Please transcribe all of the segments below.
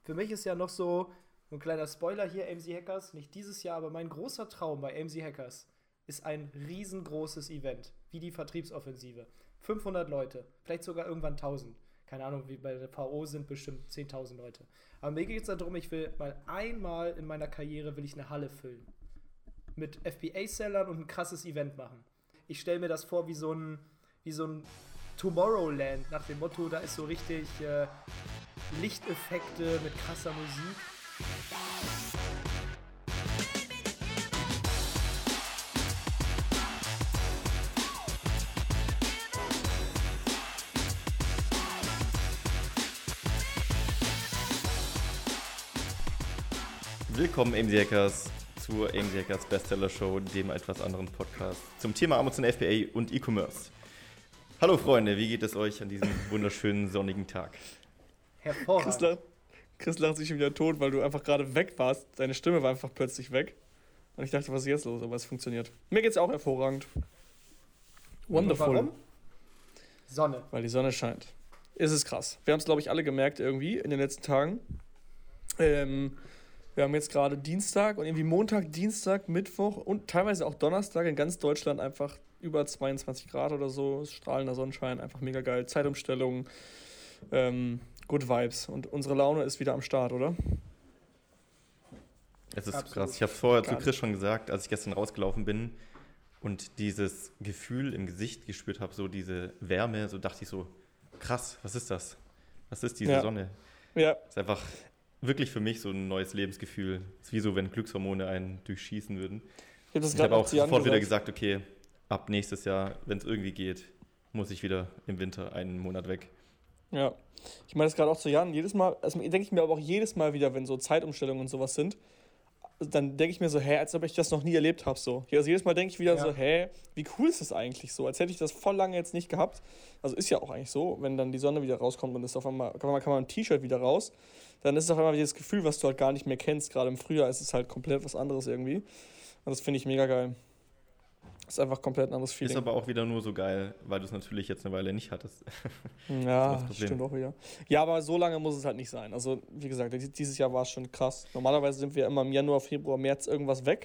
für mich ist ja noch so ein kleiner Spoiler hier, AMC Hackers, nicht dieses Jahr, aber mein großer Traum bei AMC Hackers ist ein riesengroßes Event, wie die Vertriebsoffensive. 500 Leute, vielleicht sogar irgendwann 1000. Keine Ahnung, wie bei der VO sind bestimmt 10.000 Leute. Aber mir geht es darum, ich will mal einmal in meiner Karriere will ich eine Halle füllen. Mit FBA-Sellern und ein krasses Event machen. Ich stelle mir das vor wie so ein Tomorrowland, nach dem Motto, da ist so richtig Lichteffekte mit krasser Musik. Willkommen AMC Hackers zur AMC Hackers Bestseller Show, dem etwas anderen Podcast zum Thema Amazon FBA und E-Commerce. Hallo Freunde, wie geht es euch an diesem wunderschönen sonnigen Tag? Hervorragend. Chris lacht sich schon wieder tot, weil du einfach gerade weg warst. Deine Stimme war einfach plötzlich weg. Und ich dachte, was ist jetzt los? Aber es funktioniert. Mir geht's auch hervorragend. Wonderful. Warum? Sonne. Weil die Sonne scheint. Es ist krass. Wir haben es, glaube ich, alle gemerkt irgendwie in den letzten Tagen. Wir haben jetzt gerade Dienstag und irgendwie Montag, Dienstag, Mittwoch und teilweise auch Donnerstag in ganz Deutschland einfach über 22 Grad oder so. Strahlender Sonnenschein, einfach mega geil. Zeitumstellung, good Vibes. Und unsere Laune ist wieder am Start, oder? Es ist Absolut. krass. Ich habe es vorher zu Chris schon gesagt, als ich gestern rausgelaufen bin und dieses Gefühl im Gesicht gespürt habe, so diese Wärme, so dachte ich so, krass, was ist das? Was ist diese Sonne? Ja. Das ist einfach wirklich für mich so ein neues Lebensgefühl. Es ist wie so, wenn Glückshormone einen durchschießen würden. Ich habe auch sofort wieder gesagt, okay, ab nächstes Jahr, wenn es irgendwie geht, muss ich wieder im Winter einen Monat weg. Ja, ich meine das gerade auch zu Jan. Jedes Mal, also denke ich mir aber auch jedes Mal wieder, wenn so Zeitumstellungen und sowas sind, dann denke ich mir so, als ob ich das noch nie erlebt habe. So. Also jedes Mal denke ich wieder so, wie cool ist das eigentlich so? Als hätte ich das voll lange jetzt nicht gehabt. Also ist ja auch eigentlich so, wenn dann die Sonne wieder rauskommt und ist auf einmal kann man ein T-Shirt wieder raus, dann ist es auf einmal dieses Gefühl, was du halt gar nicht mehr kennst. Gerade im Frühjahr ist es halt komplett was anderes irgendwie. Und das finde ich mega geil. Das ist einfach komplett ein anderes Feeling. Ist aber auch wieder nur so geil, weil du es natürlich jetzt eine Weile nicht hattest. Ja, das stimmt auch wieder. Ja, aber so lange muss es halt nicht sein. Also, wie gesagt, dieses Jahr war es schon krass. Normalerweise sind wir immer im Januar, Februar, März irgendwas weg.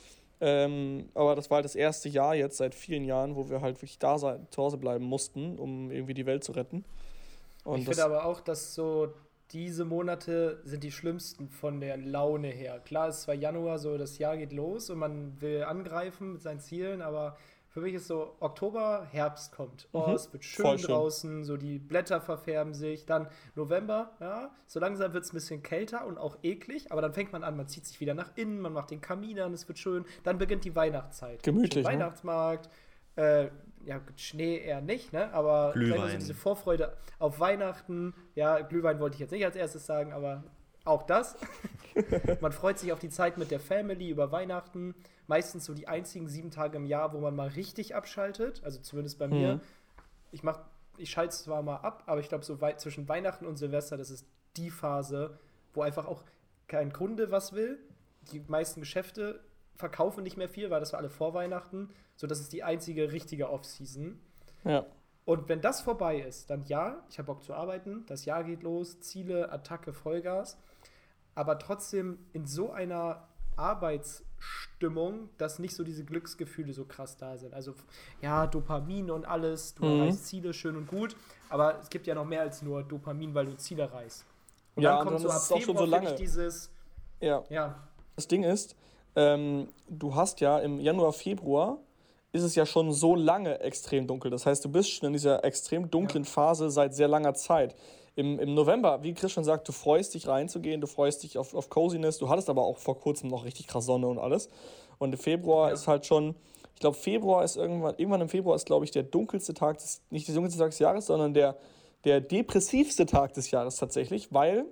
Aber das war halt das erste Jahr jetzt seit vielen Jahren, wo wir halt wirklich zu Hause bleiben mussten, um irgendwie die Welt zu retten. Und ich finde aber auch, dass so diese Monate sind die schlimmsten von der Laune her. Klar, es war Januar, so das Jahr geht los und man will angreifen mit seinen Zielen, aber für mich ist so Oktober, Herbst kommt. Es wird schön draußen, so die Blätter verfärben sich. Dann November, ja, so langsam wird es ein bisschen kälter und auch eklig, aber dann fängt man an, man zieht sich wieder nach innen, man macht den Kamin an, es wird schön. Dann beginnt die Weihnachtszeit. Gemütlich, ne? Weihnachtsmarkt, ja, Schnee eher nicht, ne? Aber Glühwein. So diese Vorfreude auf Weihnachten, ja, Glühwein wollte ich jetzt nicht als erstes sagen, aber auch das. Man freut sich auf die Zeit mit der Family über Weihnachten. Meistens so die einzigen 7 Tage im Jahr, wo man mal richtig abschaltet. Also zumindest bei mir. Ich schalte zwar mal ab, aber ich glaube, so zwischen Weihnachten und Silvester, das ist die Phase, wo einfach auch kein Kunde was will. Die meisten Geschäfte verkaufen nicht mehr viel, weil das war alle vor Weihnachten. So, das ist die einzige richtige Off-Season. Ja. Und wenn das vorbei ist, dann ja, ich habe Bock zu arbeiten, das Jahr geht los, Ziele, Attacke, Vollgas. Aber trotzdem in so einer Arbeitsstimmung, dass nicht so diese Glücksgefühle so krass da sind. Also ja, Dopamin und alles, du erreichst Ziele, schön und gut, aber es gibt ja noch mehr als nur Dopamin, weil du Ziele erreichst. Und ja, dann kommt so ab Februar schon so lange. Dieses... Ja. Das Ding ist, du hast ja im Januar, Februar ist es ja schon so lange extrem dunkel. Das heißt, du bist schon in dieser extrem dunklen Phase seit sehr langer Zeit. Im November, wie Chris schon sagt, du freust dich reinzugehen, du freust dich auf Coziness. Du hattest aber auch vor kurzem noch richtig krass Sonne und alles. Und im Februar ist halt schon, ich glaube, Februar ist irgendwann im Februar ist, glaube ich, der dunkelste Tag, nicht der dunkelste Tag des Jahres, sondern der depressivste Tag des Jahres tatsächlich, weil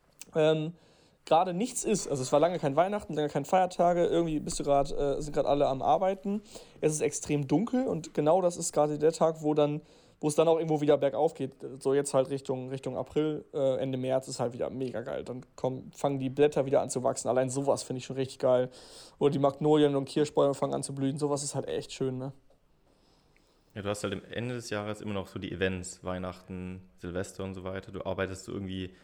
gerade nichts ist. Also es war lange kein Weihnachten, lange keine Feiertage, irgendwie sind gerade alle am Arbeiten. Es ist extrem dunkel und genau das ist gerade der Tag, wo es dann auch irgendwo wieder bergauf geht. So jetzt halt Richtung April, Ende März ist halt wieder mega geil. Dann fangen die Blätter wieder an zu wachsen. Allein sowas finde ich schon richtig geil. Oder die Magnolien und Kirschbäume fangen an zu blühen. Sowas ist halt echt schön, ne? Ja, du hast halt am Ende des Jahres immer noch so die Events, Weihnachten, Silvester und so weiter. Du arbeitest so irgendwie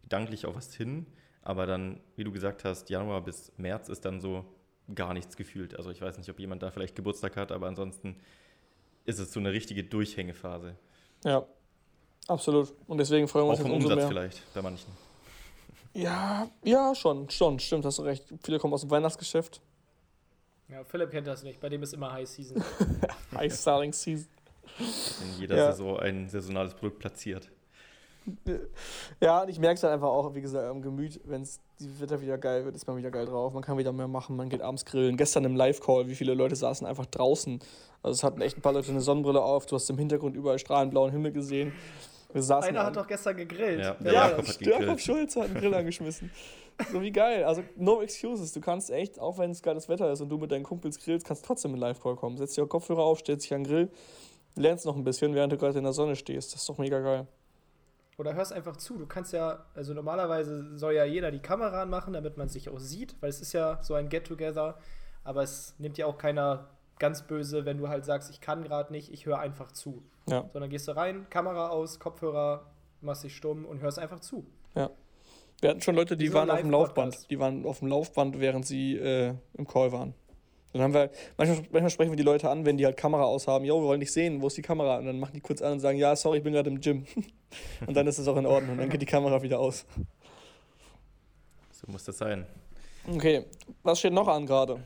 gedanklich auf was hin, aber dann, wie du gesagt hast, Januar bis März ist dann so gar nichts gefühlt. Also ich weiß nicht, ob jemand da vielleicht Geburtstag hat, aber ansonsten ist es so eine richtige Durchhängephase. Ja, absolut. Und deswegen freuen wir uns auch vom Umsatz vielleicht bei manchen. Ja, schon, stimmt, hast du recht. Viele kommen aus dem Weihnachtsgeschäft. Ja, Philipp kennt das nicht, bei dem ist immer High Season. High Selling Season. In jeder Saison ein saisonales Produkt platziert. Ja, und ich merke es halt einfach auch, wie gesagt, am Gemüt, wenn das Wetter wieder geil wird, ist man wieder geil drauf. Man kann wieder mehr machen, man geht abends grillen. Gestern im Live-Call, wie viele Leute saßen einfach draußen. Also es hatten echt ein paar Leute eine Sonnenbrille auf, du hast im Hintergrund überall strahlend blauen Himmel gesehen. Einer hat doch gestern gegrillt. Ja, Jakob Schulze hat einen Grill angeschmissen. So wie geil. Also no excuses. Du kannst echt, auch wenn es geiles Wetter ist und du mit deinen Kumpels grillst, kannst trotzdem in Live-Call kommen. Setzt dir Kopfhörer auf, stellst dich an den Grill, lernst noch ein bisschen, während du gerade in der Sonne stehst. Das ist doch mega geil. Oder hörst einfach zu. Du kannst ja, also normalerweise soll ja jeder die Kamera anmachen, damit man sich auch sieht, weil es ist ja so ein Get-Together. Aber es nimmt ja auch keiner ganz böse, wenn du halt sagst, ich kann gerade nicht, ich höre einfach zu. Ja. Sondern gehst du rein, Kamera aus, Kopfhörer, machst dich stumm und hörst einfach zu. Ja. Wir hatten schon Leute, die waren auf dem Laufband. Die waren auf dem Laufband, während sie im Call waren. Dann haben wir, manchmal sprechen wir die Leute an, wenn die halt Kamera aushaben. Jo, wir wollen dich sehen, wo ist die Kamera? Und dann machen die kurz an und sagen, ja, sorry, ich bin gerade im Gym. Und dann ist es auch in Ordnung. Und dann geht die Kamera wieder aus. So muss das sein. Okay, was steht noch an gerade?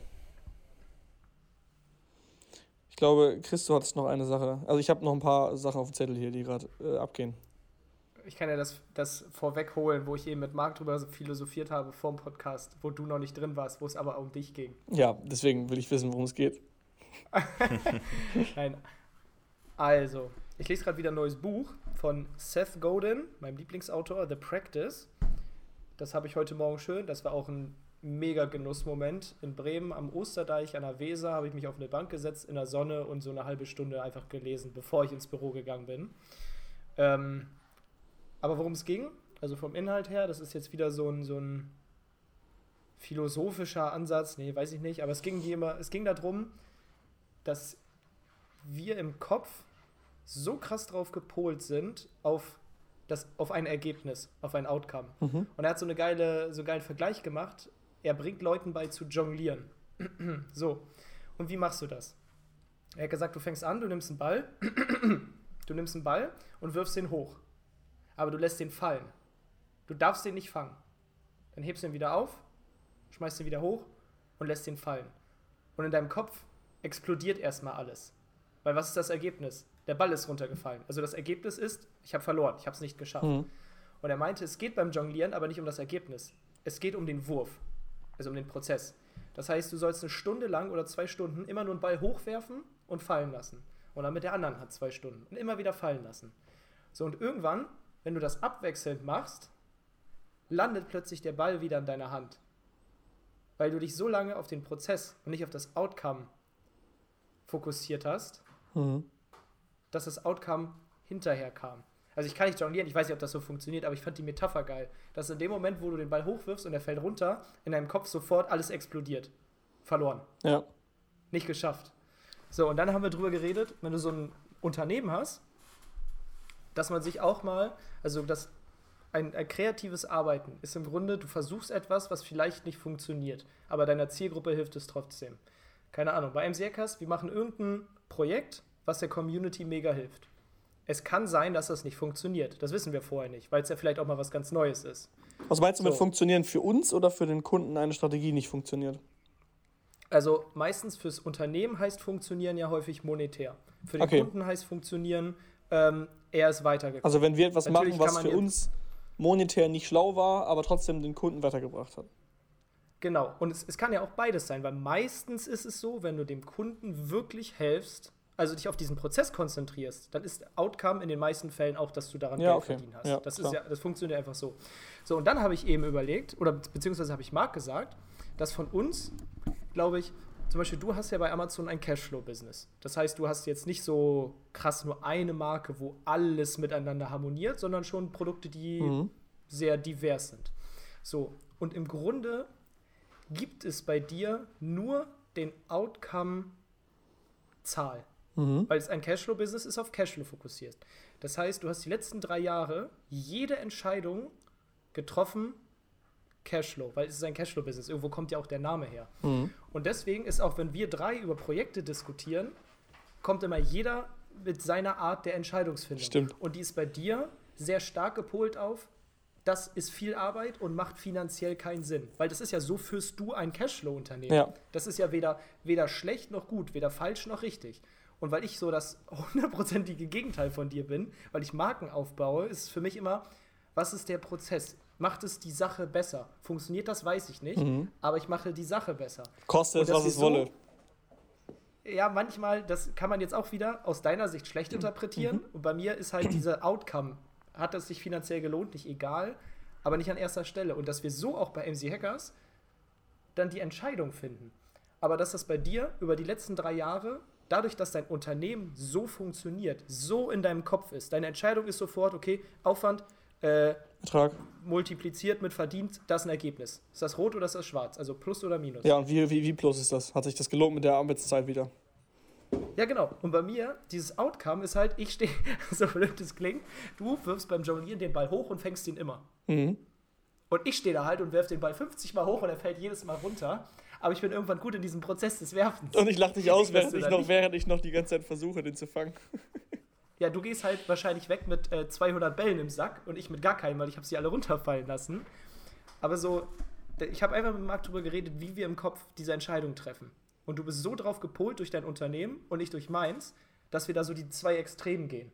Ich glaube, Chris, du hattest noch eine Sache. Also ich habe noch ein paar Sachen auf dem Zettel hier, die gerade abgehen. Ich kann ja das vorwegholen, wo ich eben mit Marc drüber philosophiert habe vor dem Podcast, wo du noch nicht drin warst, wo es aber um dich ging. Ja, deswegen will ich wissen, worum es geht. Nein. Also, ich lese gerade wieder ein neues Buch von Seth Godin, meinem Lieblingsautor, The Practice. Das habe ich heute Morgen schön. Das war auch ein mega Genussmoment. In Bremen am Osterdeich an der Weser habe ich mich auf eine Bank gesetzt in der Sonne und so eine halbe Stunde einfach gelesen, bevor ich ins Büro gegangen bin. Aber worum es ging, also vom Inhalt her, das ist jetzt wieder so ein philosophischer Ansatz, nee, weiß ich nicht, aber es ging darum, dass wir im Kopf so krass drauf gepolt sind auf ein Ergebnis, auf ein Outcome. Mhm. Und er hat so einen geilen Vergleich gemacht, er bringt Leuten bei zu jonglieren. So, und wie machst du das? Er hat gesagt, du fängst an, du nimmst einen Ball und wirfst den hoch. Aber du lässt den fallen. Du darfst den nicht fangen. Dann hebst du ihn wieder auf, schmeißt ihn wieder hoch und lässt den fallen. Und in deinem Kopf explodiert erstmal alles. Weil was ist das Ergebnis? Der Ball ist runtergefallen. Also das Ergebnis ist, ich habe verloren, ich habe es nicht geschafft. Mhm. Und er meinte, es geht beim Jonglieren aber nicht um das Ergebnis. Es geht um den Wurf, also um den Prozess. Das heißt, du sollst 1 Stunde lang oder 2 Stunden immer nur einen Ball hochwerfen und fallen lassen. Und dann mit der anderen Hand 2 Stunden und immer wieder fallen lassen. So, und irgendwann, wenn du das abwechselnd machst, landet plötzlich der Ball wieder in deiner Hand. Weil du dich so lange auf den Prozess und nicht auf das Outcome fokussiert hast, dass das Outcome hinterher kam. Also ich kann nicht jonglieren, ich weiß nicht, ob das so funktioniert, aber ich fand die Metapher geil. Dass in dem Moment, wo du den Ball hochwirfst und er fällt runter, in deinem Kopf sofort alles explodiert. Verloren. Ja. Nicht geschafft. So, und dann haben wir drüber geredet, wenn du so ein Unternehmen hast, dass man sich auch mal, also ein kreatives Arbeiten ist im Grunde, du versuchst etwas, was vielleicht nicht funktioniert, aber deiner Zielgruppe hilft es trotzdem. Keine Ahnung, bei MCAcast, wir machen irgendein Projekt, was der Community mega hilft. Es kann sein, dass das nicht funktioniert. Das wissen wir vorher nicht, weil es ja vielleicht auch mal was ganz Neues ist. Was meinst du mit funktionieren für uns oder für den Kunden eine Strategie nicht funktioniert? Also meistens fürs Unternehmen heißt funktionieren ja häufig monetär. Für den Kunden heißt funktionieren, er ist weitergekommen. Also wenn wir etwas machen, was für uns monetär nicht schlau war, aber trotzdem den Kunden weitergebracht hat. Genau, und es kann ja auch beides sein, weil meistens ist es so, wenn du dem Kunden wirklich hilfst, also dich auf diesen Prozess konzentrierst, dann ist Outcome in den meisten Fällen auch, dass du daran Geld verdient hast. Ja, das funktioniert einfach so. So, und dann habe ich eben überlegt, oder beziehungsweise habe ich Marc gesagt, dass von uns, glaube ich, zum Beispiel du hast ja bei Amazon ein Cashflow-Business. Das heißt, du hast jetzt nicht so krass nur eine Marke, wo alles miteinander harmoniert, sondern schon Produkte, die sehr divers sind. So, und im Grunde gibt es bei dir nur den Outcome-Zahl. Weil es ein Cashflow-Business ist, auf Cashflow fokussiert. Das heißt, du hast die letzten 3 Jahre jede Entscheidung getroffen, Cashflow, weil es ist ein Cashflow-Business. Irgendwo kommt ja auch der Name her. Und deswegen ist auch, wenn wir 3 über Projekte diskutieren, kommt immer jeder mit seiner Art der Entscheidungsfindung. Stimmt. Und die ist bei dir sehr stark gepolt auf, das ist viel Arbeit und macht finanziell keinen Sinn. Weil das ist ja, so führst du ein Cashflow-Unternehmen. Ja. Das ist ja weder schlecht noch gut, weder falsch noch richtig. Und weil ich so das 100%ige Gegenteil von dir bin, weil ich Marken aufbaue, ist es für mich immer, was ist der Prozess? Macht es die Sache besser? Funktioniert das, weiß ich nicht, aber ich mache die Sache besser. Koste es, was es wolle. Ja, manchmal, das kann man jetzt auch wieder aus deiner Sicht schlecht interpretieren. Und bei mir ist halt diese Outcome, hat es sich finanziell gelohnt, nicht egal, aber nicht an erster Stelle. Und dass wir so auch bei MC Hackers dann die Entscheidung finden. Aber dass das bei dir über die letzten 3 Jahre, dadurch, dass dein Unternehmen so funktioniert, so in deinem Kopf ist, deine Entscheidung ist sofort, okay, Aufwand, Ertrag multipliziert mit verdient, das ist ein Ergebnis. Ist das rot oder ist das schwarz? Also plus oder minus? Ja, und wie plus ist das? Hat sich das gelohnt mit der Arbeitszeit wieder? Ja, genau. Und bei mir, dieses Outcome ist halt, ich stehe, so blöd das klingt, du wirfst beim Jonglieren den Ball hoch und fängst ihn immer. Und ich stehe da halt und werfe den Ball 50 Mal hoch und er fällt jedes Mal runter. Aber ich bin irgendwann gut in diesem Prozess des Werfens. Und ich lache dich aus, während ich noch die ganze Zeit versuche, den zu fangen. Ja, du gehst halt wahrscheinlich weg mit 200 Bällen im Sack und ich mit gar keinem, weil ich habe sie alle runterfallen lassen. Aber so, ich habe einfach mit Marc darüber geredet, wie wir im Kopf diese Entscheidung treffen. Und du bist so drauf gepolt durch dein Unternehmen und ich durch meins, dass wir da so die 2 Extremen gehen.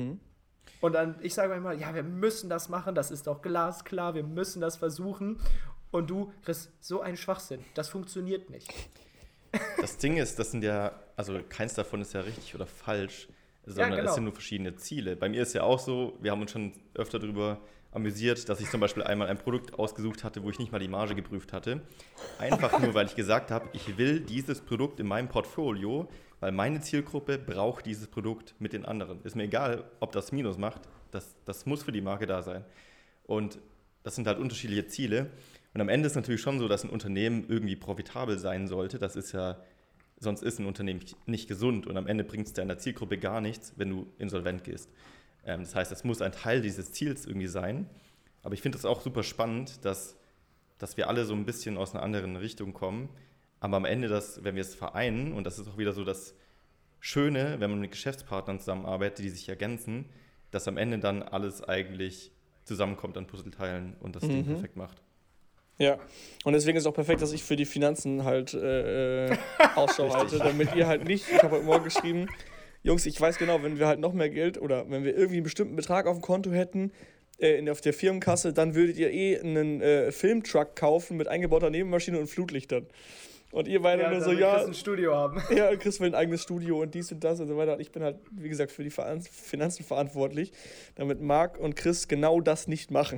Und dann, ich sage manchmal, ja, wir müssen das machen, das ist doch glasklar, wir müssen das versuchen. Und du, Chris, so ein Schwachsinn, das funktioniert nicht. Das Ding ist, das sind ja, also keins davon ist ja richtig oder falsch, sondern es sind nur verschiedene Ziele. Bei mir ist ja auch so, wir haben uns schon öfter darüber amüsiert, dass ich zum Beispiel einmal ein Produkt ausgesucht hatte, wo ich nicht mal die Marge geprüft hatte. Einfach nur, weil ich gesagt habe, ich will dieses Produkt in meinem Portfolio, weil meine Zielgruppe braucht dieses Produkt mit den anderen. Ist mir egal, ob das Minus macht, das muss für die Marke da sein. Und das sind halt unterschiedliche Ziele. Und am Ende ist es natürlich schon so, dass ein Unternehmen irgendwie profitabel sein sollte. Das ist ja, sonst ist ein Unternehmen nicht gesund und am Ende bringt es deiner Zielgruppe gar nichts, wenn du insolvent gehst. Das heißt, das muss ein Teil dieses Ziels irgendwie sein. Aber ich finde es auch super spannend, dass wir alle so ein bisschen aus einer anderen Richtung kommen. Aber am Ende, wenn wir es vereinen, und das ist auch wieder so das Schöne, wenn man mit Geschäftspartnern zusammenarbeitet, die sich ergänzen, dass am Ende dann alles eigentlich zusammenkommt an Puzzleteilen und das Ding perfekt macht. Ja, und deswegen ist es auch perfekt, dass ich für die Finanzen halt Ausschau halte, damit ihr halt nicht, ich habe heute Morgen geschrieben, Jungs, ich weiß genau, wenn wir halt noch mehr Geld oder wenn wir irgendwie einen bestimmten Betrag auf dem Konto hätten, auf der Firmenkasse, dann würdet ihr einen Filmtruck kaufen mit eingebauter Nebenmaschine und Flutlichtern. Und ihr beide nur so, ja. Chris ein Studio haben. Ja, Chris will ein eigenes Studio und dies und das und so weiter. Und ich bin halt, wie gesagt, für die Finanzen verantwortlich, damit Marc und Chris genau das nicht machen.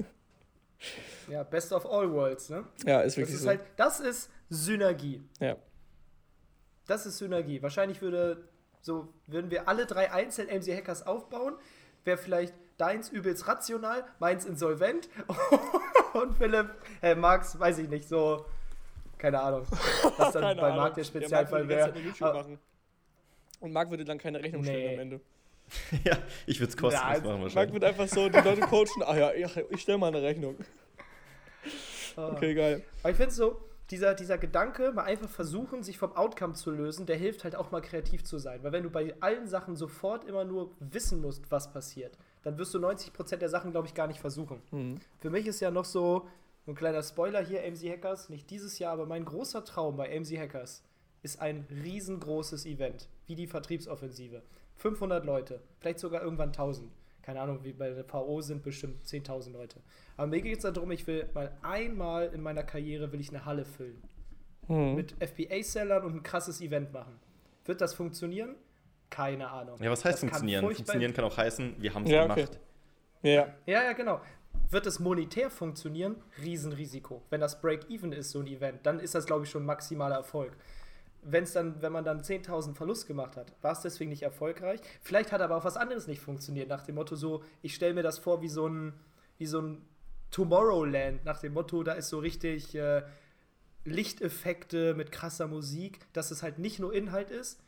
Ja, best of all worlds, ne? Ja, ist wirklich so. Das ist Synergie. Ja. Das ist Synergie. Wahrscheinlich würden wir alle 3 einzeln MC Hackers aufbauen, wäre vielleicht deins übelst rational, meins insolvent und Marcs, weiß ich nicht, so, keine Ahnung, was dann bei Marc der Spezialfall wäre. Und Marc würde dann keine Rechnung stellen am Ende. Ja, ich würde es kostenlos machen wahrscheinlich. Marc wird einfach so die Leute coachen, ich stelle mal eine Rechnung. Okay, geil. Aber ich finde so, dieser Gedanke, mal einfach versuchen, sich vom Outcome zu lösen, der hilft halt auch mal kreativ zu sein. Weil wenn du bei allen Sachen sofort immer nur wissen musst, was passiert, dann wirst du 90% der Sachen, glaube ich, gar nicht versuchen. Für mich ist ja noch so ein kleiner Spoiler hier, MC Hackers, nicht dieses Jahr, aber mein großer Traum bei MC Hackers ist ein riesengroßes Event, wie die Vertriebsoffensive. 500 Leute, vielleicht sogar irgendwann 1000. Keine Ahnung, wie bei der VO sind bestimmt 10.000 Leute. Aber mir geht es darum, ich will mal einmal in meiner Karriere eine Halle füllen. Mit FBA-Sellern und ein krasses Event machen. Wird das funktionieren? Keine Ahnung. Ja, was heißt funktionieren? Funktionieren kann auch heißen, wir haben es gemacht. Okay. Ja, genau. Wird es monetär funktionieren? Riesenrisiko. Wenn das Break-Even ist, so ein Event, dann ist das, glaube ich, schon maximaler Erfolg. Wenn man dann 10.000 Verlust gemacht hat, war es deswegen nicht erfolgreich. Vielleicht hat aber auch was anderes nicht funktioniert, nach dem Motto so, ich stelle mir das vor wie so ein Tomorrowland, nach dem Motto, da ist so richtig Lichteffekte mit krasser Musik, dass es halt nicht nur Inhalt ist,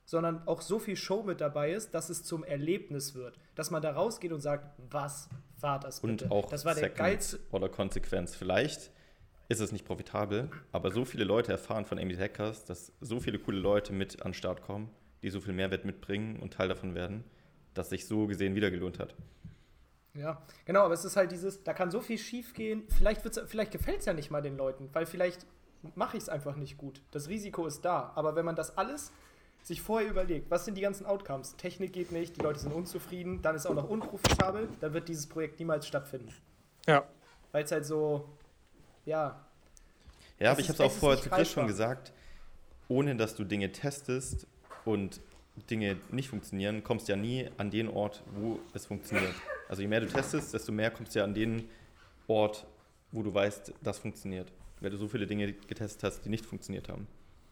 sondern auch so viel Show mit dabei ist, dass es zum Erlebnis wird. Dass man da rausgeht und sagt, was war das bitte? Und auch das war der geilste. Oder Konsequenz. Vielleicht ist es nicht profitabel, aber so viele Leute erfahren von AMZ Hackers, dass so viele coole Leute mit an den Start kommen, die so viel Mehrwert mitbringen und Teil davon werden, dass sich so gesehen wieder gelohnt hat. Ja, genau, aber es ist halt da kann so viel schief gehen, vielleicht gefällt es ja nicht mal den Leuten, weil vielleicht mache ich es einfach nicht gut. Das Risiko ist da, aber wenn man das alles sich vorher überlegt, was sind die ganzen Outcomes? Technik geht nicht, die Leute sind unzufrieden, dann ist auch noch unprofitabel, dann wird dieses Projekt niemals stattfinden. Ja. Weil es halt so, ja. Ja, aber ich habe es auch vorher zu Chris schon gesagt, ohne dass du Dinge testest und Dinge nicht funktionieren, kommst du ja nie an den Ort, wo es funktioniert. Also je mehr du testest, desto mehr kommst du ja an den Ort, wo du weißt, das funktioniert. Weil du so viele Dinge getestet hast, die nicht funktioniert haben.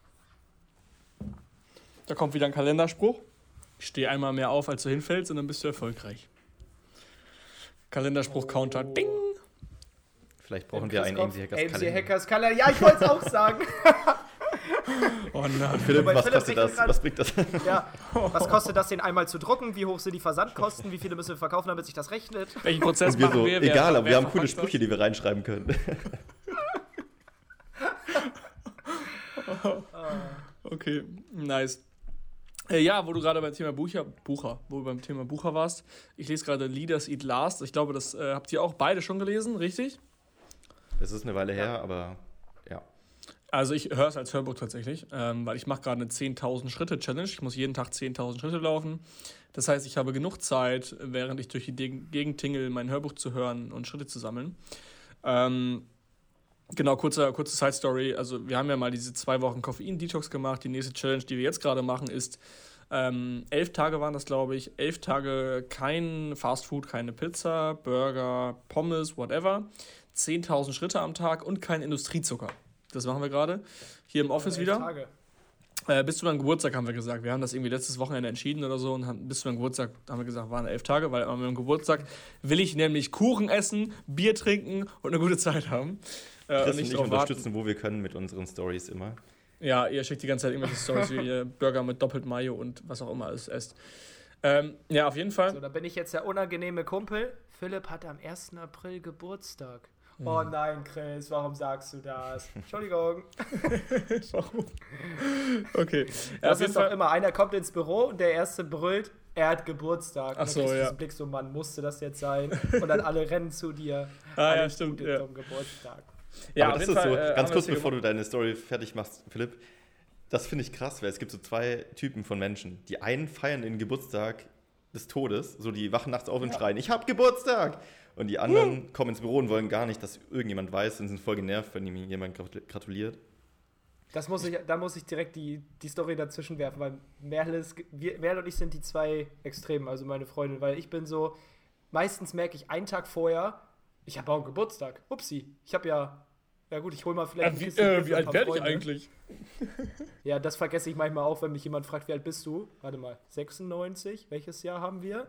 Da kommt wieder ein Kalenderspruch. Steh einmal mehr auf, als du hinfällst und dann bist du erfolgreich. Kalenderspruch-Counter. Ding! Vielleicht brauchen wir einen AMZ Hackers Kalender. Ja, ich wollte es auch sagen. Oh nein. Philipp, was kostet das? Was bringt das? Ja, was kostet das, den einmal zu drucken? Wie hoch sind die Versandkosten? Wie viele müssen wir verkaufen, damit sich das rechnet? Welchen Prozess machen wir? Egal, aber wir haben coole Sprüche, die wir reinschreiben können. Okay, nice. Ja, wo du gerade beim Thema Bucher warst. Ich lese gerade Leaders Eat Last. Ich glaube, das habt ihr auch beide schon gelesen, richtig? Das ist eine Weile her, aber ja. Also ich höre es als Hörbuch tatsächlich, weil ich mache gerade eine 10.000 Schritte Challenge. Ich muss jeden Tag 10.000 Schritte laufen. Das heißt, ich habe genug Zeit, während ich durch die Gegend tingle, mein Hörbuch zu hören und Schritte zu sammeln. Genau, kurze Side-Story. Also wir haben ja mal diese 2 Wochen Koffein-Detox gemacht. Die nächste Challenge, die wir jetzt gerade machen, ist 11 Tage waren das, glaube ich. 11 Tage kein Fastfood, keine Pizza, Burger, Pommes, whatever. 10.000 Schritte am Tag und kein Industriezucker. Das machen wir gerade. Hier im Office wieder. Tage. Bis zu meinem Geburtstag haben wir gesagt. Wir haben das irgendwie letztes Wochenende entschieden oder so und bis zu meinem Geburtstag haben wir gesagt, waren 11 Tage, weil an meinem Geburtstag will ich nämlich Kuchen essen, Bier trinken und eine gute Zeit haben. Chris und ich unterstützen, wo wir können mit unseren Stories immer. Ja, ihr schickt die ganze Zeit irgendwelche Stories, wie ihr Burger mit doppelt Mayo und was auch immer alles esst. Ja, auf jeden Fall. So, da bin ich jetzt der unangenehme Kumpel. Philipp hat am 1. April Geburtstag. Oh nein, Chris, warum sagst du das? Entschuldigung. Warum? Okay. Das ist doch immer, einer kommt ins Büro und der Erste brüllt, er hat Geburtstag. Ach so, ja. Diesen Blick so, Mann, musste das jetzt sein? Und dann alle rennen zu dir. Ja, stimmt. Gute zum Geburtstag. Ja, aber das ist so, ganz kurz bevor du deine Story fertig machst, Philipp, das finde ich krass, weil es gibt so 2 Typen von Menschen. Die einen feiern den Geburtstag des Todes, so die wachen nachts auf und schreien, ich hab Geburtstag! Und die anderen kommen ins Büro und wollen gar nicht, dass irgendjemand weiß und sind voll genervt, wenn ihm jemand gratuliert. Da muss ich direkt die Story dazwischen werfen, weil Merle und ich sind die 2 Extremen, also meine Freundin, weil ich bin so, meistens merke ich einen Tag vorher, ich habe auch einen Geburtstag. Upsi, ich habe ja gut, ich hole mal vielleicht ein Kiste. Wie alt werde ich eigentlich? Ja, das vergesse ich manchmal auch, wenn mich jemand fragt, wie alt bist du? Warte mal, 96? Welches Jahr haben wir?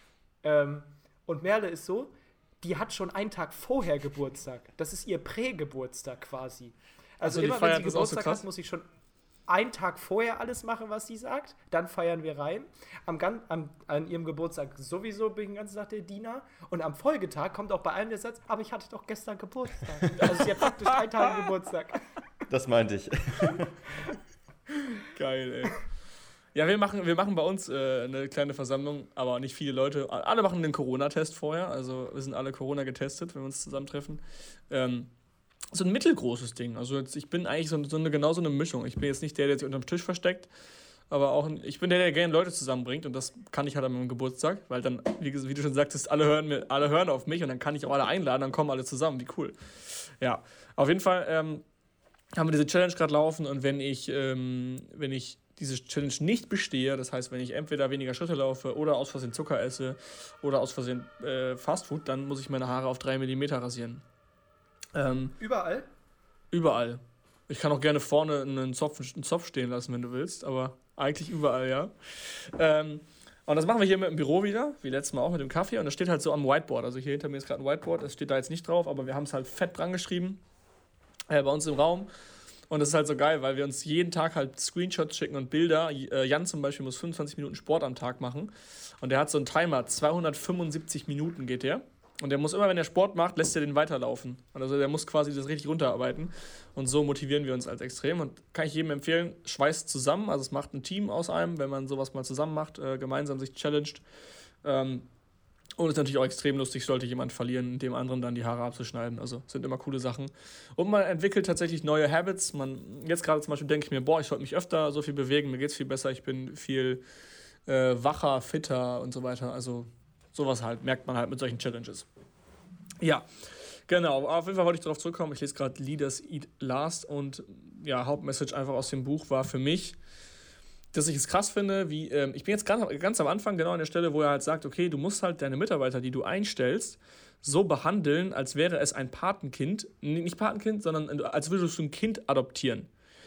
Und Merle ist so, die hat schon einen Tag vorher Geburtstag. Das ist ihr Prä-Geburtstag quasi. Also immer wenn sie Geburtstag hat, muss ich schon einen Tag vorher alles machen, was sie sagt. Dann feiern wir rein. An ihrem Geburtstag sowieso bin ich den ganzen Tag der Diener. Und am Folgetag kommt auch bei allen der Satz, aber ich hatte doch gestern Geburtstag. Also sie hat praktisch 3 Tage Geburtstag. Das meinte ich. Geil, ey. Ja, wir machen bei uns eine kleine Versammlung, aber nicht viele Leute. Alle machen einen Corona-Test vorher, also wir sind alle Corona getestet, wenn wir uns zusammentreffen. So ein mittelgroßes Ding. Also ich bin eigentlich genau so eine Mischung. Ich bin jetzt nicht der sich unterm Tisch versteckt, aber auch ich bin der gerne Leute zusammenbringt und das kann ich halt an meinem Geburtstag, weil dann, wie du schon sagtest, alle hören auf mich und dann kann ich auch alle einladen, dann kommen alle zusammen. Wie cool. Ja, auf jeden Fall haben wir diese Challenge gerade laufen und wenn ich diese Challenge nicht bestehe, das heißt, wenn ich entweder weniger Schritte laufe oder aus Versehen Zucker esse oder aus Versehen Fastfood, dann muss ich meine Haare auf 3 mm rasieren. Überall? Überall. Ich kann auch gerne vorne einen Zopf stehen lassen, wenn du willst, aber eigentlich überall, ja. Und das machen wir hier mit dem Büro wieder, wie letztes Mal auch mit dem Kaffee. Und das steht halt so am Whiteboard. Also hier hinter mir ist gerade ein Whiteboard, das steht da jetzt nicht drauf, aber wir haben es halt fett dran geschrieben bei uns im Raum. Und das ist halt so geil, weil wir uns jeden Tag halt Screenshots schicken und Bilder. Jan zum Beispiel muss 25 Minuten Sport am Tag machen. Und der hat so einen Timer, 275 Minuten geht der. Und der muss immer, wenn er Sport macht, lässt er den weiterlaufen. Also der muss quasi das richtig runterarbeiten. Und so motivieren wir uns als extrem. Und kann ich jedem empfehlen, schweißt zusammen. Also es macht ein Team aus einem, wenn man sowas mal zusammen macht, gemeinsam sich challenged. Und es ist natürlich auch extrem lustig, sollte jemand verlieren, dem anderen dann die Haare abzuschneiden. Also sind immer coole Sachen. Und man entwickelt tatsächlich neue Habits. Jetzt gerade zum Beispiel denke ich mir, ich sollte mich öfter so viel bewegen, mir geht es viel besser, ich bin viel wacher, fitter und so weiter. Also sowas halt, merkt man halt mit solchen Challenges. Ja, genau. Auf jeden Fall wollte ich darauf zurückkommen. Ich lese gerade Leaders Eat Last und ja, Hauptmessage einfach aus dem Buch war für mich, dass ich es krass finde, wie, ich bin jetzt ganz am Anfang, genau an der Stelle, wo er halt sagt, okay, du musst halt deine Mitarbeiter, die du einstellst, so behandeln, als wäre es ein Patenkind, nicht Patenkind, sondern als würdest du ein Kind adoptieren.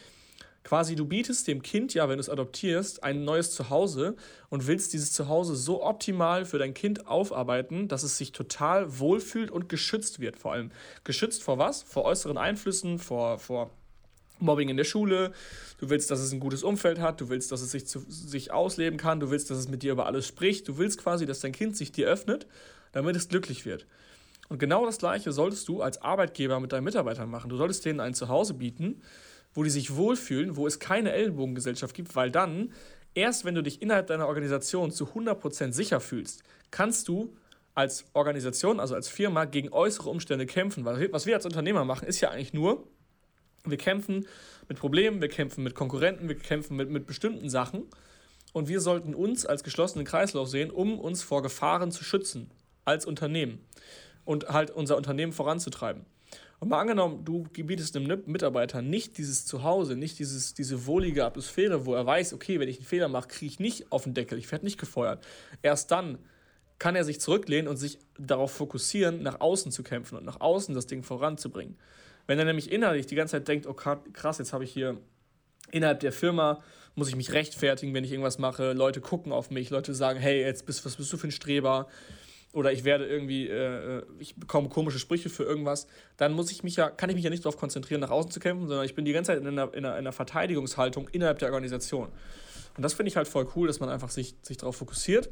Quasi, du bietest dem Kind ja, wenn du es adoptierst, ein neues Zuhause und willst dieses Zuhause so optimal für dein Kind aufarbeiten, dass es sich total wohlfühlt und geschützt wird. Vor allem geschützt vor was? Vor äußeren Einflüssen, vor Mobbing in der Schule. Du willst, dass es ein gutes Umfeld hat. Du willst, dass es sich ausleben kann. Du willst, dass es mit dir über alles spricht. Du willst quasi, dass dein Kind sich dir öffnet, damit es glücklich wird. Und genau das Gleiche solltest du als Arbeitgeber mit deinen Mitarbeitern machen. Du solltest denen ein Zuhause bieten, wo die sich wohlfühlen, wo es keine Ellenbogengesellschaft gibt, weil dann, erst wenn du dich innerhalb deiner Organisation zu 100% sicher fühlst, kannst du als Organisation, also als Firma, gegen äußere Umstände kämpfen. Weil was wir als Unternehmer machen, ist ja eigentlich nur, wir kämpfen mit Problemen, wir kämpfen mit Konkurrenten, wir kämpfen mit bestimmten Sachen und wir sollten uns als geschlossenen Kreislauf sehen, um uns vor Gefahren zu schützen, als Unternehmen und halt unser Unternehmen voranzutreiben. Und mal angenommen, du bietest einem Mitarbeiter nicht dieses Zuhause, nicht diese wohlige Atmosphäre, wo er weiß, okay, wenn ich einen Fehler mache, kriege ich nicht auf den Deckel, ich werde nicht gefeuert. Erst dann kann er sich zurücklehnen und sich darauf fokussieren, nach außen zu kämpfen und nach außen das Ding voranzubringen. Wenn er nämlich innerlich die ganze Zeit denkt, oh krass, jetzt habe ich hier innerhalb der Firma, muss ich mich rechtfertigen, wenn ich irgendwas mache, Leute gucken auf mich, Leute sagen, hey, was bist du für ein Streber? Oder ich werde irgendwie, ich bekomme komische Sprüche für irgendwas, dann kann ich mich ja nicht darauf konzentrieren, nach außen zu kämpfen, sondern ich bin die ganze Zeit in einer Verteidigungshaltung innerhalb der Organisation. Und das finde ich halt voll cool, dass man einfach sich darauf fokussiert,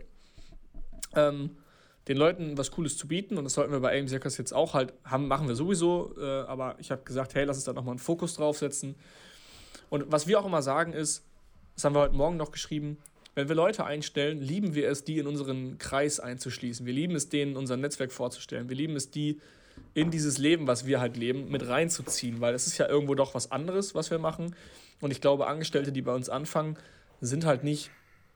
den Leuten was Cooles zu bieten. Und das sollten wir bei AM Circus jetzt auch halt machen wir sowieso. Aber ich habe gesagt, hey, lass uns da nochmal einen Fokus draufsetzen. Und was wir auch immer sagen ist, das haben wir heute Morgen noch geschrieben, wenn wir Leute einstellen, lieben wir es, die in unseren Kreis einzuschließen. Wir lieben es, denen unser Netzwerk vorzustellen. Wir lieben es, die in dieses Leben, was wir halt leben, mit reinzuziehen. Weil es ist ja irgendwo doch was anderes, was wir machen. Und ich glaube, Angestellte, die bei uns anfangen, sind halt nicht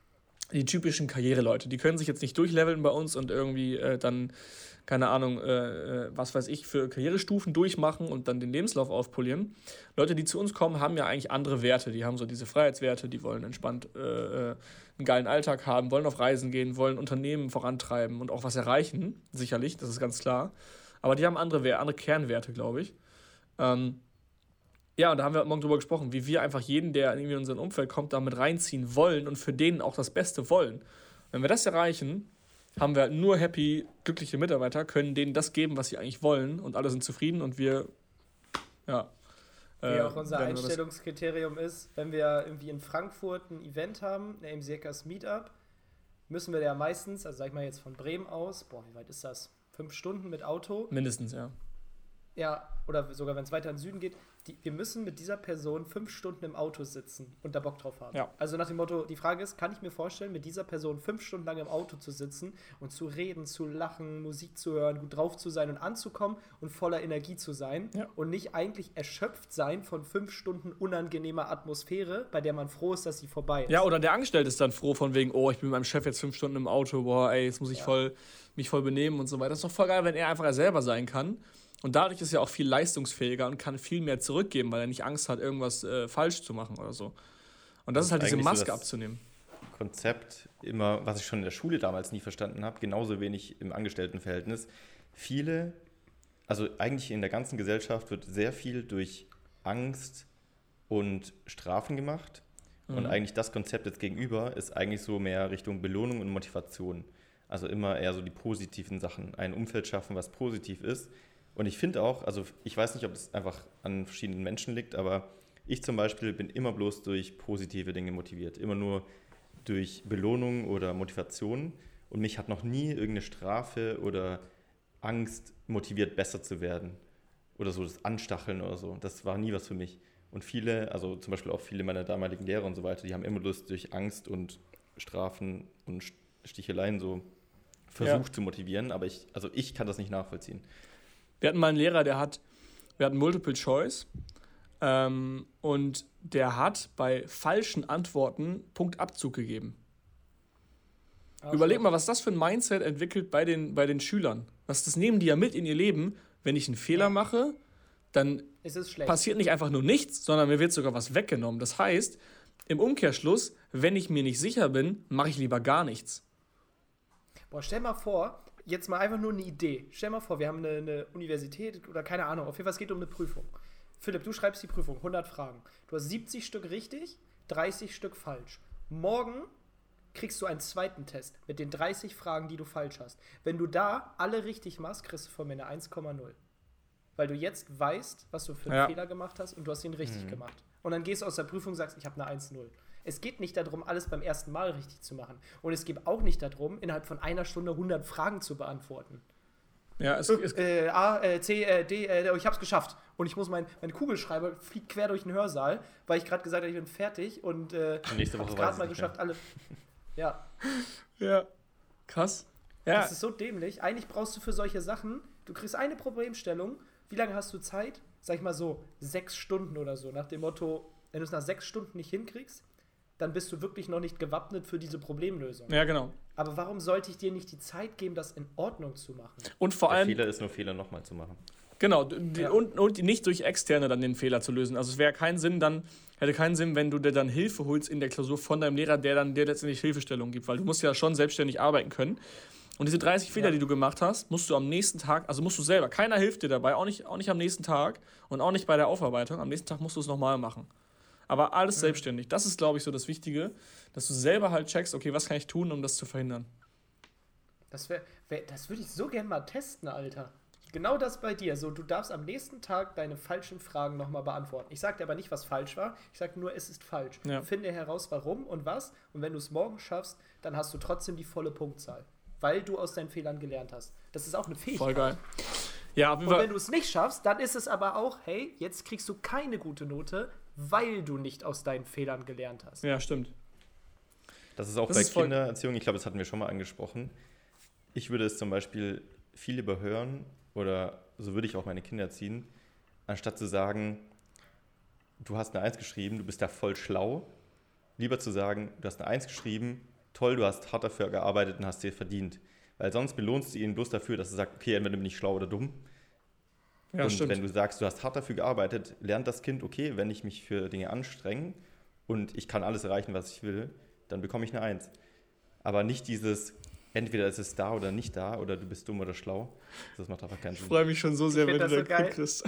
die typischen Karriereleute. Die können sich jetzt nicht durchleveln bei uns und irgendwie dann, keine Ahnung, was weiß ich, für Karrierestufen durchmachen und dann den Lebenslauf aufpolieren. Leute, die zu uns kommen, haben ja eigentlich andere Werte. Die haben so diese Freiheitswerte, die wollen entspannt einen geilen Alltag haben, wollen auf Reisen gehen, wollen Unternehmen vorantreiben und auch was erreichen, sicherlich, das ist ganz klar. Aber die haben andere Kernwerte, glaube ich. Ja, und da haben wir heute Morgen drüber gesprochen, wie wir einfach jeden, der irgendwie in unser Umfeld kommt, da mit reinziehen wollen und für den auch das Beste wollen. Wenn wir das erreichen, haben wir nur happy, glückliche Mitarbeiter, können denen das geben, was sie eigentlich wollen und alle sind zufrieden und wir, ja. Wie auch unser Einstellungskriterium ist, wenn wir irgendwie in Frankfurt ein Event haben, ein AM Circus Meetup, müssen wir ja meistens, also sag ich mal jetzt von Bremen aus, wie weit ist das? 5 Stunden mit Auto? Mindestens, ja. Ja, oder sogar wenn es weiter in den Süden geht, wir müssen mit dieser Person 5 Stunden im Auto sitzen und da Bock drauf haben. Ja. Also nach dem Motto, die Frage ist, kann ich mir vorstellen, mit dieser Person 5 Stunden lang im Auto zu sitzen und zu reden, zu lachen, Musik zu hören, gut drauf zu sein und anzukommen und voller Energie zu sein und nicht eigentlich erschöpft sein von 5 Stunden unangenehmer Atmosphäre, bei der man froh ist, dass sie vorbei ist. Ja, oder der Angestellte ist dann froh von wegen, ich bin mit meinem Chef jetzt 5 Stunden im Auto, jetzt muss ich mich voll benehmen und so weiter. Das ist doch voll geil, wenn er einfach er selber sein kann. Und dadurch ist er auch viel leistungsfähiger und kann viel mehr zurückgeben, weil er nicht Angst hat, irgendwas falsch zu machen oder so. Und das ist halt diese Maske abzunehmen. Konzept immer, was ich schon in der Schule damals nie verstanden habe, genauso wenig im Angestelltenverhältnis. Also eigentlich in der ganzen Gesellschaft wird sehr viel durch Angst und Strafen gemacht. Und eigentlich das Konzept jetzt gegenüber ist eigentlich so mehr Richtung Belohnung und Motivation. Also immer eher so die positiven Sachen. Ein Umfeld schaffen, was positiv ist. Und ich finde auch, also ich weiß nicht, ob es einfach an verschiedenen Menschen liegt, aber Ich zum Beispiel bin immer bloß durch positive Dinge motiviert. Immer nur durch Belohnung oder Motivation. Und mich hat noch nie irgendeine Strafe oder Angst motiviert, besser zu werden. Oder so das Anstacheln oder so. Das war nie was für mich. Und viele, also zum Beispiel auch viele meiner damaligen Lehrer und so weiter, die haben immer bloß durch Angst und Strafen und Sticheleien so versucht zu motivieren. Aber ich kann das nicht nachvollziehen. Wir hatten mal einen Lehrer, wir hatten Multiple Choice. Und der hat bei falschen Antworten Punktabzug gegeben. Überleg mal, was das für ein Mindset entwickelt bei den Schülern. Das nehmen die ja mit in ihr Leben. Wenn ich einen Fehler mache, dann passiert nicht einfach nur nichts, sondern mir wird sogar was weggenommen. Das heißt, im Umkehrschluss, wenn ich mir nicht sicher bin, mache ich lieber gar nichts. Boah, stell mal vor, jetzt mal einfach nur eine Idee. Stell mal vor, wir haben eine Universität oder keine Ahnung, auf jeden Fall es geht um eine Prüfung. Philipp, du schreibst die Prüfung, 100 Fragen. Du hast 70 Stück richtig, 30 Stück falsch. Morgen kriegst du einen zweiten Test mit den 30 Fragen, die du falsch hast. Wenn du da alle richtig machst, kriegst du von mir eine 1,0. Weil du jetzt weißt, was du für einen Fehler gemacht hast und du hast ihn richtig gemacht. Und dann gehst du aus der Prüfung und sagst, ich habe eine 1,0. Es geht nicht darum, alles beim ersten Mal richtig zu machen. Und es geht auch nicht darum, innerhalb von einer Stunde 100 Fragen zu beantworten. Ja, A, C, D, ich hab's geschafft. Und ich muss mein Kugelschreiber fliegt quer durch den Hörsaal, weil ich gerade gesagt habe, ich bin fertig und nächste Woche gerade mal geschafft, alle. Ja. Ja. Krass. Ja. Das ist so dämlich. Eigentlich brauchst du für solche Sachen, du kriegst eine Problemstellung, wie lange hast du Zeit? Sag ich mal so, 6 Stunden oder so. Nach dem Motto, wenn du es nach 6 Stunden nicht hinkriegst, dann bist du wirklich noch nicht gewappnet für diese Problemlösung. Ja, genau. Aber warum sollte ich dir nicht die Zeit geben, das in Ordnung zu machen? Und vor allem... Der Fehler ist nur Fehler nochmal zu machen. Genau, und nicht durch Externe dann den Fehler zu lösen. Also es hätte keinen Sinn, wenn du dir dann Hilfe holst in der Klausur von deinem Lehrer, der letztendlich Hilfestellung gibt, weil du musst ja schon selbstständig arbeiten können. Und diese 30 Fehler, die du gemacht hast, musst du am nächsten Tag, also musst du selber, keiner hilft dir dabei, auch nicht am nächsten Tag und auch nicht bei der Aufarbeitung, am nächsten Tag musst du es nochmal machen. Aber alles selbstständig. Das ist, glaube ich, so das Wichtige, dass du selber halt checkst, okay, was kann ich tun, um das zu verhindern. Das würde ich so gerne mal testen, Alter. Genau das bei dir. So, du darfst am nächsten Tag deine falschen Fragen nochmal beantworten. Ich sage dir aber nicht, was falsch war. Ich sage nur, es ist falsch. Ja. Finde heraus, warum und was. Und wenn du es morgen schaffst, dann hast du trotzdem die volle Punktzahl. Weil du aus deinen Fehlern gelernt hast. Das ist auch eine Fähigkeit. Voll geil. Ja, und wenn du es nicht schaffst, dann ist es aber auch, hey, jetzt kriegst du keine gute Note, weil du nicht aus deinen Fehlern gelernt hast. Ja, stimmt. Das ist auch bei Kindererziehung, ich glaube, das hatten wir schon mal angesprochen. Ich würde es zum Beispiel viel überhören, oder so würde ich auch meine Kinder erziehen, anstatt zu sagen, du hast eine 1 geschrieben, du bist da voll schlau. Lieber zu sagen, du hast eine 1 geschrieben, toll, du hast hart dafür gearbeitet und hast dir verdient. Weil sonst belohnst du ihn bloß dafür, dass er sagt, okay, entweder bin ich schlau oder dumm. Ja, und stimmt. Wenn du sagst, du hast hart dafür gearbeitet, lernt das Kind, okay, wenn ich mich für Dinge anstrenge und ich kann alles erreichen, was ich will, dann bekomme ich eine 1. Aber nicht dieses, entweder ist es da oder nicht da oder du bist dumm oder schlau. Das macht einfach keinen Sinn. Ich freue mich schon so sehr, wenn du dein Kind kriegst.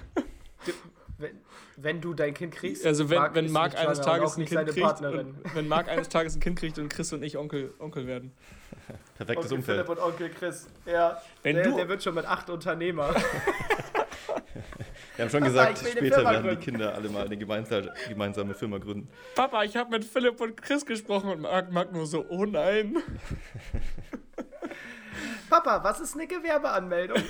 Wenn du dein Kind kriegst, also wenn Marc eines Tages ein Kind kriegt, wenn Marc eines Tages ein Kind kriegt und Chris und ich Onkel werden. Perfektes Onkel Umfeld. Philipp und Onkel Chris. Ja, der wird schon mit 8 Unternehmer. Wir haben schon gesagt, später werden die Kinder alle mal eine gemeinsame Firma gründen. Papa, ich habe mit Philipp und Chris gesprochen und Marc nur so, oh nein. Papa, was ist eine Gewerbeanmeldung?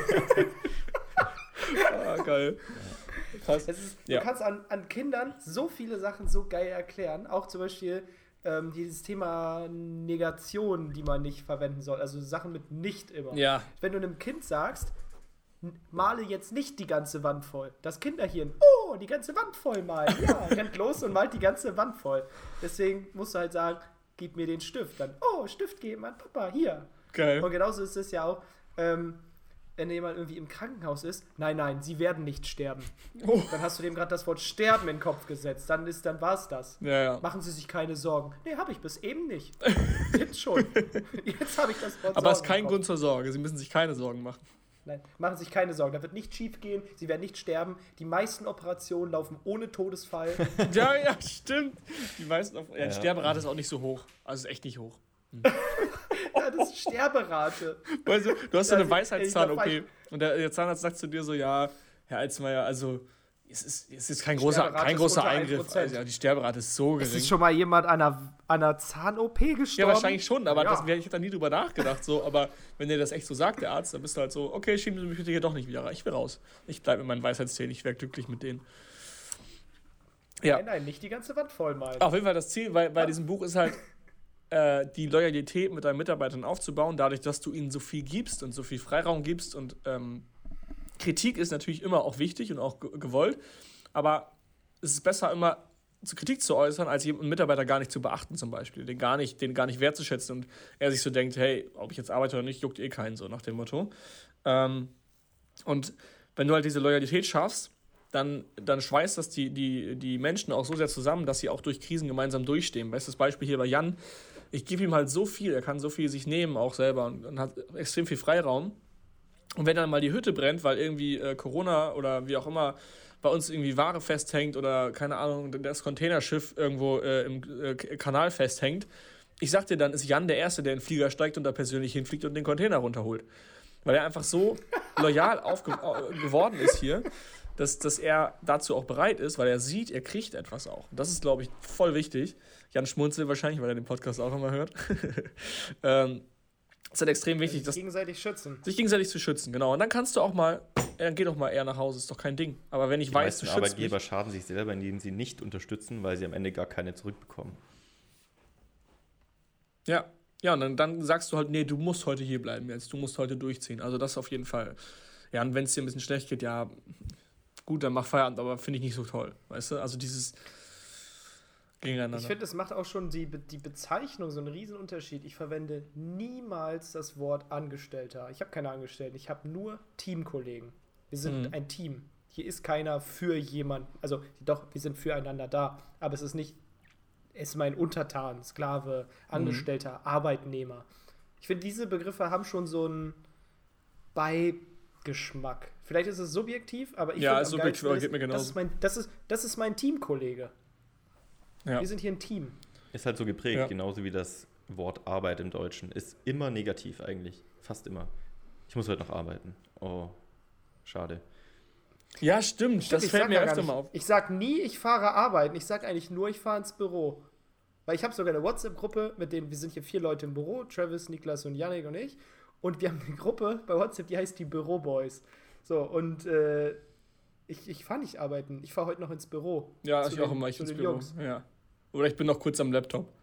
Geil. Krass. Du kannst an Kindern so viele Sachen so geil erklären. Auch zum Beispiel dieses Thema Negation, die man nicht verwenden soll. Also Sachen mit nicht immer. Ja. Wenn du einem Kind sagst, male jetzt nicht die ganze Wand voll. Das Kinderhirn, die ganze Wand voll malen. Ja, rennt los und malt die ganze Wand voll. Deswegen musst du halt sagen, gib mir den Stift. Dann, Stift geben an Papa, hier. Geil. Und genauso ist es ja auch, wenn jemand irgendwie im Krankenhaus ist, nein, sie werden nicht sterben. Dann hast du dem gerade das Wort sterben in den Kopf gesetzt. Dann war's das. Ja. Machen Sie sich keine Sorgen. Nee, habe ich bis eben nicht. Jetzt schon. Jetzt habe ich das Wort Aber es ist kein Grund zur Sorge. Sie müssen sich keine Sorgen machen. Nein, machen Sie sich keine Sorgen. Da wird nicht schief gehen. Sie werden nicht sterben. Die meisten Operationen laufen ohne Todesfall. Ja, stimmt. Die Sterberate ist auch nicht so hoch. Also ist echt nicht hoch. Ja, das ist Sterberate. Weißt du hast so eine Weisheitszahn-OP und der Zahnarzt sagt zu dir so, ja, Herr Alzmeier, also Es ist kein großer Eingriff. Also, die Sterberate ist so gering. Ist schon mal jemand an einer Zahn-OP gestorben? Ja, wahrscheinlich schon, aber ich hätte da nie drüber nachgedacht. So. Aber wenn der das echt so sagt, der Arzt, dann bist du halt so, okay, schieben Sie mich bitte hier doch nicht wieder rein. Ich will raus. Ich bleibe mit meinen Weisheitszähnen, ich wäre glücklich mit denen. Ja. Nein, nicht die ganze Wand voll malen. Auf jeden Fall das Ziel bei diesem Buch ist halt, die Loyalität mit deinen Mitarbeitern aufzubauen, dadurch, dass du ihnen so viel gibst und so viel Freiraum gibst und Kritik ist natürlich immer auch wichtig und auch gewollt, aber es ist besser, immer Kritik zu äußern, als einen Mitarbeiter gar nicht zu beachten zum Beispiel, den gar nicht wertzuschätzen und er sich so denkt, hey, ob ich jetzt arbeite oder nicht, juckt keinen, so nach dem Motto. Und wenn du halt diese Loyalität schaffst, dann schweißt das die Menschen auch so sehr zusammen, dass sie auch durch Krisen gemeinsam durchstehen. Bestes Beispiel hier bei Jan, ich gebe ihm halt so viel, er kann so viel sich nehmen auch selber und hat extrem viel Freiraum. Und wenn dann mal die Hütte brennt, weil irgendwie Corona oder wie auch immer bei uns irgendwie Ware festhängt oder, keine Ahnung, das Containerschiff irgendwo im Kanal festhängt, ich sag dir, dann ist Jan der Erste, der in den Flieger steigt und da persönlich hinfliegt und den Container runterholt. Weil er einfach so loyal geworden ist hier, dass er dazu auch bereit ist, weil er sieht, er kriegt etwas auch. Und das ist, glaube ich, voll wichtig. Jan schmunzelt wahrscheinlich, weil er den Podcast auch immer hört. Es ist halt extrem wichtig, sich gegenseitig zu schützen, genau. Und dann kannst du auch mal, dann geh doch mal eher nach Hause, ist doch kein Ding. Aber wenn ich weiß, du schützt mich... Arbeitgeber schaden sich selber, indem sie nicht unterstützen, weil sie am Ende gar keine zurückbekommen. Ja, und dann sagst du halt, nee, du musst heute hier bleiben jetzt, du musst heute durchziehen. Also das auf jeden Fall. Ja, und wenn es dir ein bisschen schlecht geht, ja, gut, dann mach Feierabend, aber finde ich nicht so toll, weißt du? Also dieses... gegeneinander. Ich finde, es macht auch schon die Bezeichnung so einen Riesenunterschied. Ich verwende niemals das Wort Angestellter. Ich habe keine Angestellten, ich habe nur Teamkollegen. Wir sind ein Team. Hier ist keiner für jemanden. Also doch, wir sind füreinander da. Aber es ist mein Untertan, Sklave, Angestellter, Arbeitnehmer. Ich finde, diese Begriffe haben schon so einen Beigeschmack. Vielleicht ist es subjektiv, aber ich finde, subjektiv, aber geht mir genauso. Das ist mein Teamkollege. Ja. Wir sind hier ein Team. Ist halt so geprägt, genauso wie das Wort Arbeit im Deutschen. Ist immer negativ eigentlich. Fast immer. Ich muss heute noch arbeiten. Oh, schade. Ja, stimmt. Das fällt mir öfter mal auf. Ich sag nie, ich fahre arbeiten. Ich sag eigentlich nur, ich fahre ins Büro. Weil ich habe sogar eine WhatsApp-Gruppe, wir sind hier 4 Leute im Büro. Travis, Niklas und Yannick und ich. Und wir haben eine Gruppe bei WhatsApp, die heißt die Büroboys. So, und ich fahre nicht arbeiten. Ich fahre heute noch ins Büro. Ja, ich auch immer. Ich ins Büro. Ja. Oder ich bin noch kurz am Laptop.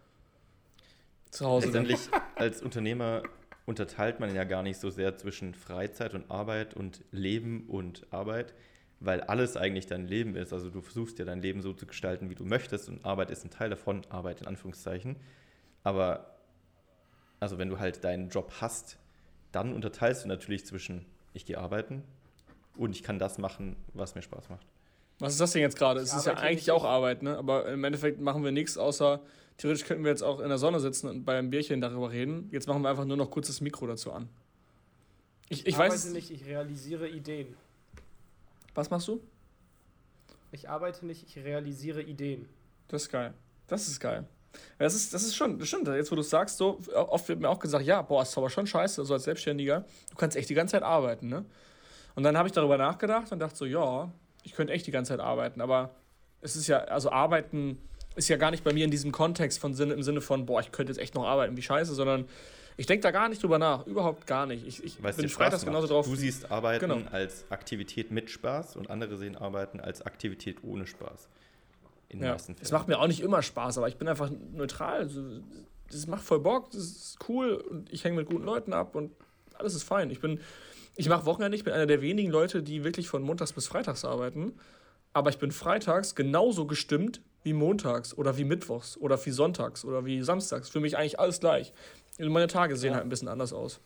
Zu Hause. Letztendlich, als Unternehmer unterteilt man ja gar nicht so sehr zwischen Freizeit und Arbeit und Leben und Arbeit, weil alles eigentlich dein Leben ist. Also du versuchst ja dein Leben so zu gestalten, wie du möchtest und Arbeit ist ein Teil davon, Arbeit in Anführungszeichen. Aber also wenn du halt deinen Job hast, dann unterteilst du natürlich zwischen ich gehe arbeiten und ich kann das machen, was mir Spaß macht. Was ist das denn jetzt gerade? Es ist ja eigentlich auch Arbeit, ne? Aber im Endeffekt machen wir nichts, außer theoretisch könnten wir jetzt auch in der Sonne sitzen und bei einem Bierchen darüber reden. Jetzt machen wir einfach nur noch kurz das Mikro dazu an. Ich weiß nicht, ich realisiere Ideen. Was machst du? Ich arbeite nicht, ich realisiere Ideen. Das ist geil. Das ist schon, das stimmt. Jetzt, wo du es sagst, so oft wird mir auch gesagt, ja, boah, ist aber schon scheiße, so als Selbstständiger. Du kannst echt die ganze Zeit arbeiten, ne? Und dann habe ich darüber nachgedacht und dachte so, ja, ich könnte echt die ganze Zeit arbeiten, aber es ist ja, also Arbeiten ist ja gar nicht bei mir in diesem Kontext im Sinne von, boah, ich könnte jetzt echt noch arbeiten, wie scheiße, sondern ich denke da gar nicht drüber nach, überhaupt gar nicht. Ich bin freitags genauso drauf. Du siehst Arbeiten als Aktivität mit Spaß und andere sehen Arbeiten als Aktivität ohne Spaß. In den meisten Fällen. Es macht mir auch nicht immer Spaß, aber ich bin einfach neutral. Das macht voll Bock, das ist cool und ich hänge mit guten Leuten ab und alles ist fein. Ich mache Wochenende, ich bin einer der wenigen Leute, die wirklich von montags bis freitags arbeiten. Aber ich bin freitags genauso gestimmt wie montags oder wie mittwochs oder wie sonntags oder wie samstags. Für mich eigentlich alles gleich. Meine Tage sehen halt ein bisschen anders aus.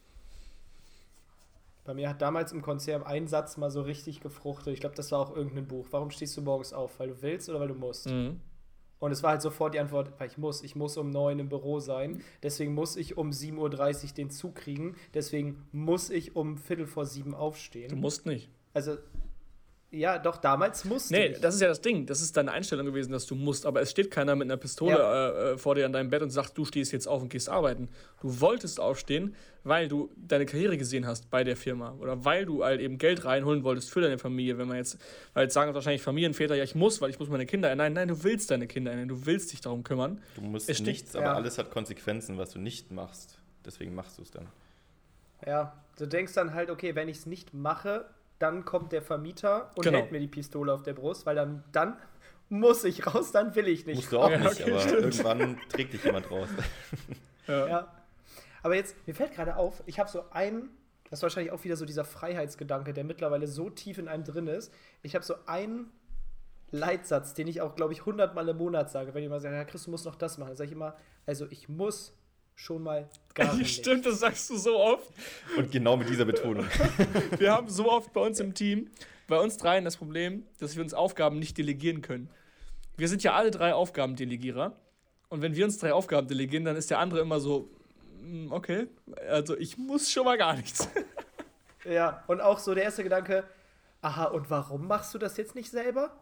Bei mir hat damals im Konzern ein Satz mal so richtig gefruchtet. Ich glaube, das war auch irgendein Buch. Warum stehst du morgens auf? Weil du willst oder weil du musst? Mhm. Und es war halt sofort die Antwort, weil ich muss. Ich muss um 9 im Büro sein. Deswegen muss ich um 7.30 Uhr den Zug kriegen. Deswegen muss ich um 6:45 aufstehen. Du musst nicht. Also, Ja, doch, damals musste ich. Nee, das ist ja das Ding. Das ist deine Einstellung gewesen, dass du musst. Aber es steht keiner mit einer Pistole vor dir an deinem Bett und sagt, du stehst jetzt auf und gehst arbeiten. Du wolltest aufstehen, weil du deine Karriere gesehen hast bei der Firma. Oder weil du halt eben Geld reinholen wolltest für deine Familie. Weil jetzt sagen wahrscheinlich Familienväter, ja, ich muss meine Kinder ernähren. Nein, du willst deine Kinder ernähren. Du willst dich darum kümmern. Du musst nichts, aber alles hat Konsequenzen, was du nicht machst. Deswegen machst du es dann. Ja, du denkst dann halt, okay, wenn ich es nicht mache, dann kommt der Vermieter und hält mir die Pistole auf der Brust, weil dann muss ich raus, dann will ich nicht. Musst du auch nicht, aber irgendwann trägt dich jemand raus. Ja. Aber jetzt, mir fällt gerade auf, ich habe so das ist wahrscheinlich auch wieder so dieser Freiheitsgedanke, der mittlerweile so tief in einem drin ist. Ich habe so einen Leitsatz, den ich auch, glaube ich, 100-mal im Monat sage, wenn jemand sagt, ja, Chris, du musst noch das machen. Dann sage ich immer, also ich muss schon mal gar nicht. Stimmt, das sagst du so oft. Und genau mit dieser Betonung. Wir haben so oft bei uns im Team, bei uns dreien das Problem, dass wir uns Aufgaben nicht delegieren können. Wir sind ja alle 3 Aufgabendelegierer. Und wenn wir uns 3 Aufgaben delegieren, dann ist der andere immer so, okay, also ich muss schon mal gar nichts. Ja, und auch so der erste Gedanke, aha, und warum machst du das jetzt nicht selber?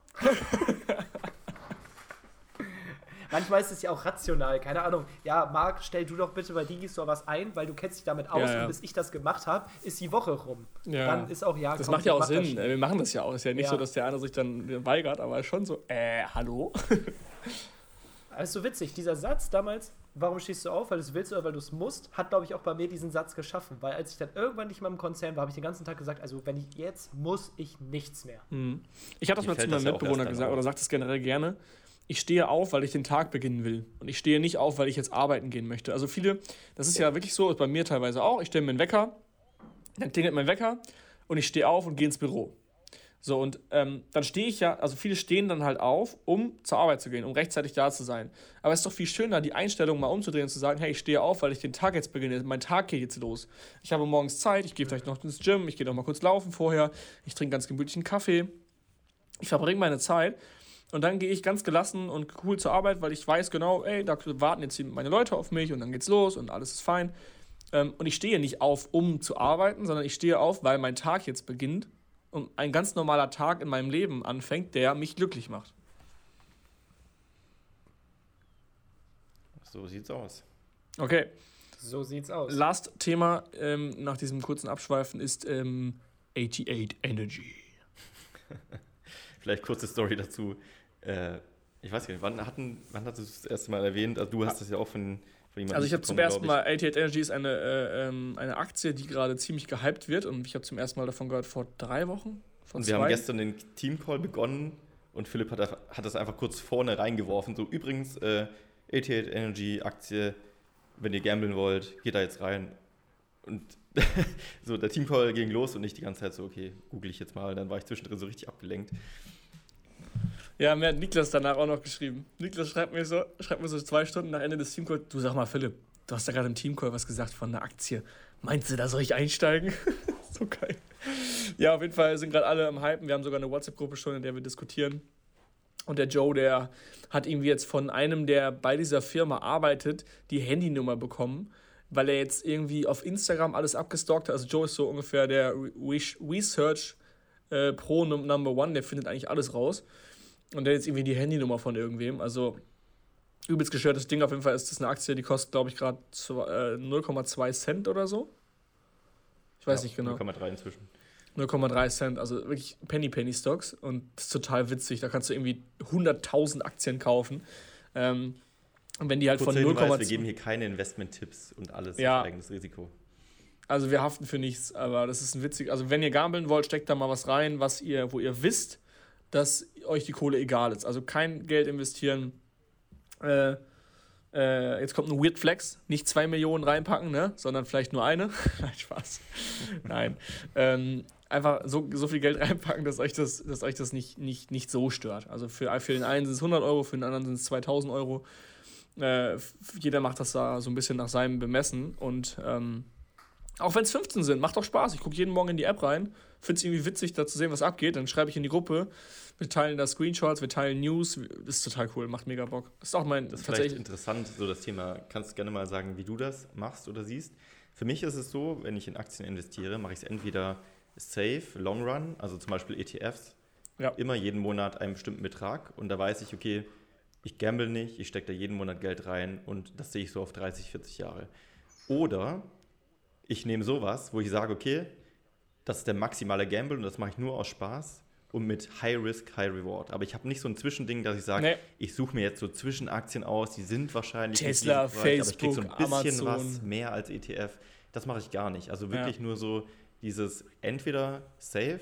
Manchmal ist es ja auch rational, keine Ahnung. Ja, Marc, stell du doch bitte bei Digistore was ein, weil du kennst dich damit aus und bis ich das gemacht habe, ist die Woche rum. Ja. Dann ist auch, das macht ja auch Sinn. Wir machen das ja auch. Ist ja nicht so, dass der andere sich dann weigert, aber schon so, hallo? Das ist so witzig, dieser Satz damals, warum stehst du auf, weil du es willst oder weil du es musst, hat, glaube ich, auch bei mir diesen Satz geschaffen. Weil als ich dann irgendwann nicht mehr im Konzern war, habe ich den ganzen Tag gesagt, also wenn ich jetzt, muss ich nichts mehr. Ich habe das mal zu meinem Mitbewohner gesagt, oder sage das generell gerne. Ich stehe auf, weil ich den Tag beginnen will. Und ich stehe nicht auf, weil ich jetzt arbeiten gehen möchte. Also viele, das ist ja wirklich so, ist bei mir teilweise auch. Ich stelle mir einen Wecker, dann klingelt mein Wecker und ich stehe auf und gehe ins Büro. So, und dann stehe ich ja, also viele stehen dann halt auf, um zur Arbeit zu gehen, um rechtzeitig da zu sein. Aber es ist doch viel schöner, die Einstellung mal umzudrehen und zu sagen, hey, ich stehe auf, weil ich den Tag jetzt beginne, mein Tag geht jetzt los. Ich habe morgens Zeit, ich gehe vielleicht noch ins Gym, ich gehe noch mal kurz laufen vorher, ich trinke ganz gemütlich einen Kaffee, ich verbringe meine Zeit. Und dann gehe ich ganz gelassen und cool zur Arbeit, weil ich weiß genau, ey, da warten jetzt meine Leute auf mich und dann geht's los und alles ist fein. Und ich stehe nicht auf, um zu arbeiten, sondern ich stehe auf, weil mein Tag jetzt beginnt und ein ganz normaler Tag in meinem Leben anfängt, der mich glücklich macht. So sieht's aus. Okay. So sieht's aus. Last Thema nach diesem kurzen Abschweifen ist 88 Energy. Vielleicht kurze Story dazu. Ich weiß gar nicht, wann hast du das erste Mal erwähnt? Also du hast das ja auch von jemandem. Also ich habe zum ersten Mal, 88 Energy ist eine Aktie, die gerade ziemlich gehypt wird und ich habe zum ersten Mal davon gehört vor 3 Wochen. Und wir haben gestern den Teamcall begonnen und Philipp hat das einfach kurz vorne reingeworfen. So, übrigens, 88 Energy Aktie, wenn ihr gamblen wollt, geht da jetzt rein. Und so, der Teamcall ging los und ich die ganze Zeit so, okay, google ich jetzt mal. Dann war ich zwischendrin so richtig abgelenkt. Ja, mir hat Niklas danach auch noch geschrieben. Niklas schreibt mir so 2 Stunden nach Ende des Teamcalls, du sag mal, Philipp, du hast da gerade im Teamcall was gesagt von einer Aktie. Meinst du, da soll ich einsteigen? So geil. Ja, auf jeden Fall sind gerade alle am Hypen. Wir haben sogar eine WhatsApp-Gruppe schon, in der wir diskutieren. Und der Joe, der hat irgendwie jetzt von einem, der bei dieser Firma arbeitet, die Handynummer bekommen, weil er jetzt irgendwie auf Instagram alles abgestalkt hat. Also Joe ist so ungefähr der Research Pro Number One, der findet eigentlich alles raus. Und der hat jetzt irgendwie die Handynummer von irgendwem. Also übelst gestörtes Ding. Auf jeden Fall ist das eine Aktie, die kostet, glaube ich, gerade 0,2 Cent oder so. Ich weiß nicht genau. 0,3 inzwischen. 0,3 Cent, also wirklich Penny-Stocks. Und das ist total witzig. Da kannst du irgendwie 100.000 Aktien kaufen. Und wenn die halt von 0,2... Wir geben hier keine Investment-Tipps und alles auf eigenes Risiko. Also wir haften für nichts, aber das ist ein witzig... Also wenn ihr gambeln wollt, steckt da mal was rein, wo ihr wisst, dass euch die Kohle egal ist. Also kein Geld investieren. Jetzt kommt ein Weird Flex. Nicht 2 Millionen reinpacken, ne? Sondern vielleicht nur eine. Nein, Spaß. Nein. Einfach so viel Geld reinpacken, dass euch das nicht so stört. Also für den einen sind es 100 Euro, für den anderen sind es 2000 Euro. Jeder macht das da so ein bisschen nach seinem Bemessen. Und auch wenn es 15 sind, macht doch Spaß. Ich gucke jeden Morgen in die App rein, finde es irgendwie witzig, da zu sehen, was abgeht. Dann schreibe ich in die Gruppe, wir teilen da Screenshots, wir teilen News. Das ist total cool, macht mega Bock. Das ist auch das ist vielleicht interessant, so das Thema. Kannst du gerne mal sagen, wie du das machst oder siehst? Für mich ist es so, wenn ich in Aktien investiere, mache ich es entweder safe, long run, also zum Beispiel ETFs, immer jeden Monat einen bestimmten Betrag und da weiß ich, okay, ich gamble nicht, ich stecke da jeden Monat Geld rein und das sehe ich so auf 30, 40 Jahre. Oder ich nehme sowas, wo ich sage, okay, das ist der maximale Gamble und das mache ich nur aus Spaß und mit High Risk, High Reward. Aber ich habe nicht so ein Zwischending, dass ich sage, ich suche mir jetzt so Zwischenaktien aus, die sind wahrscheinlich Tesla, Facebook, aber ich kriege so ein bisschen Amazon. Was mehr als ETF. Das mache ich gar nicht. Also wirklich nur so dieses entweder safe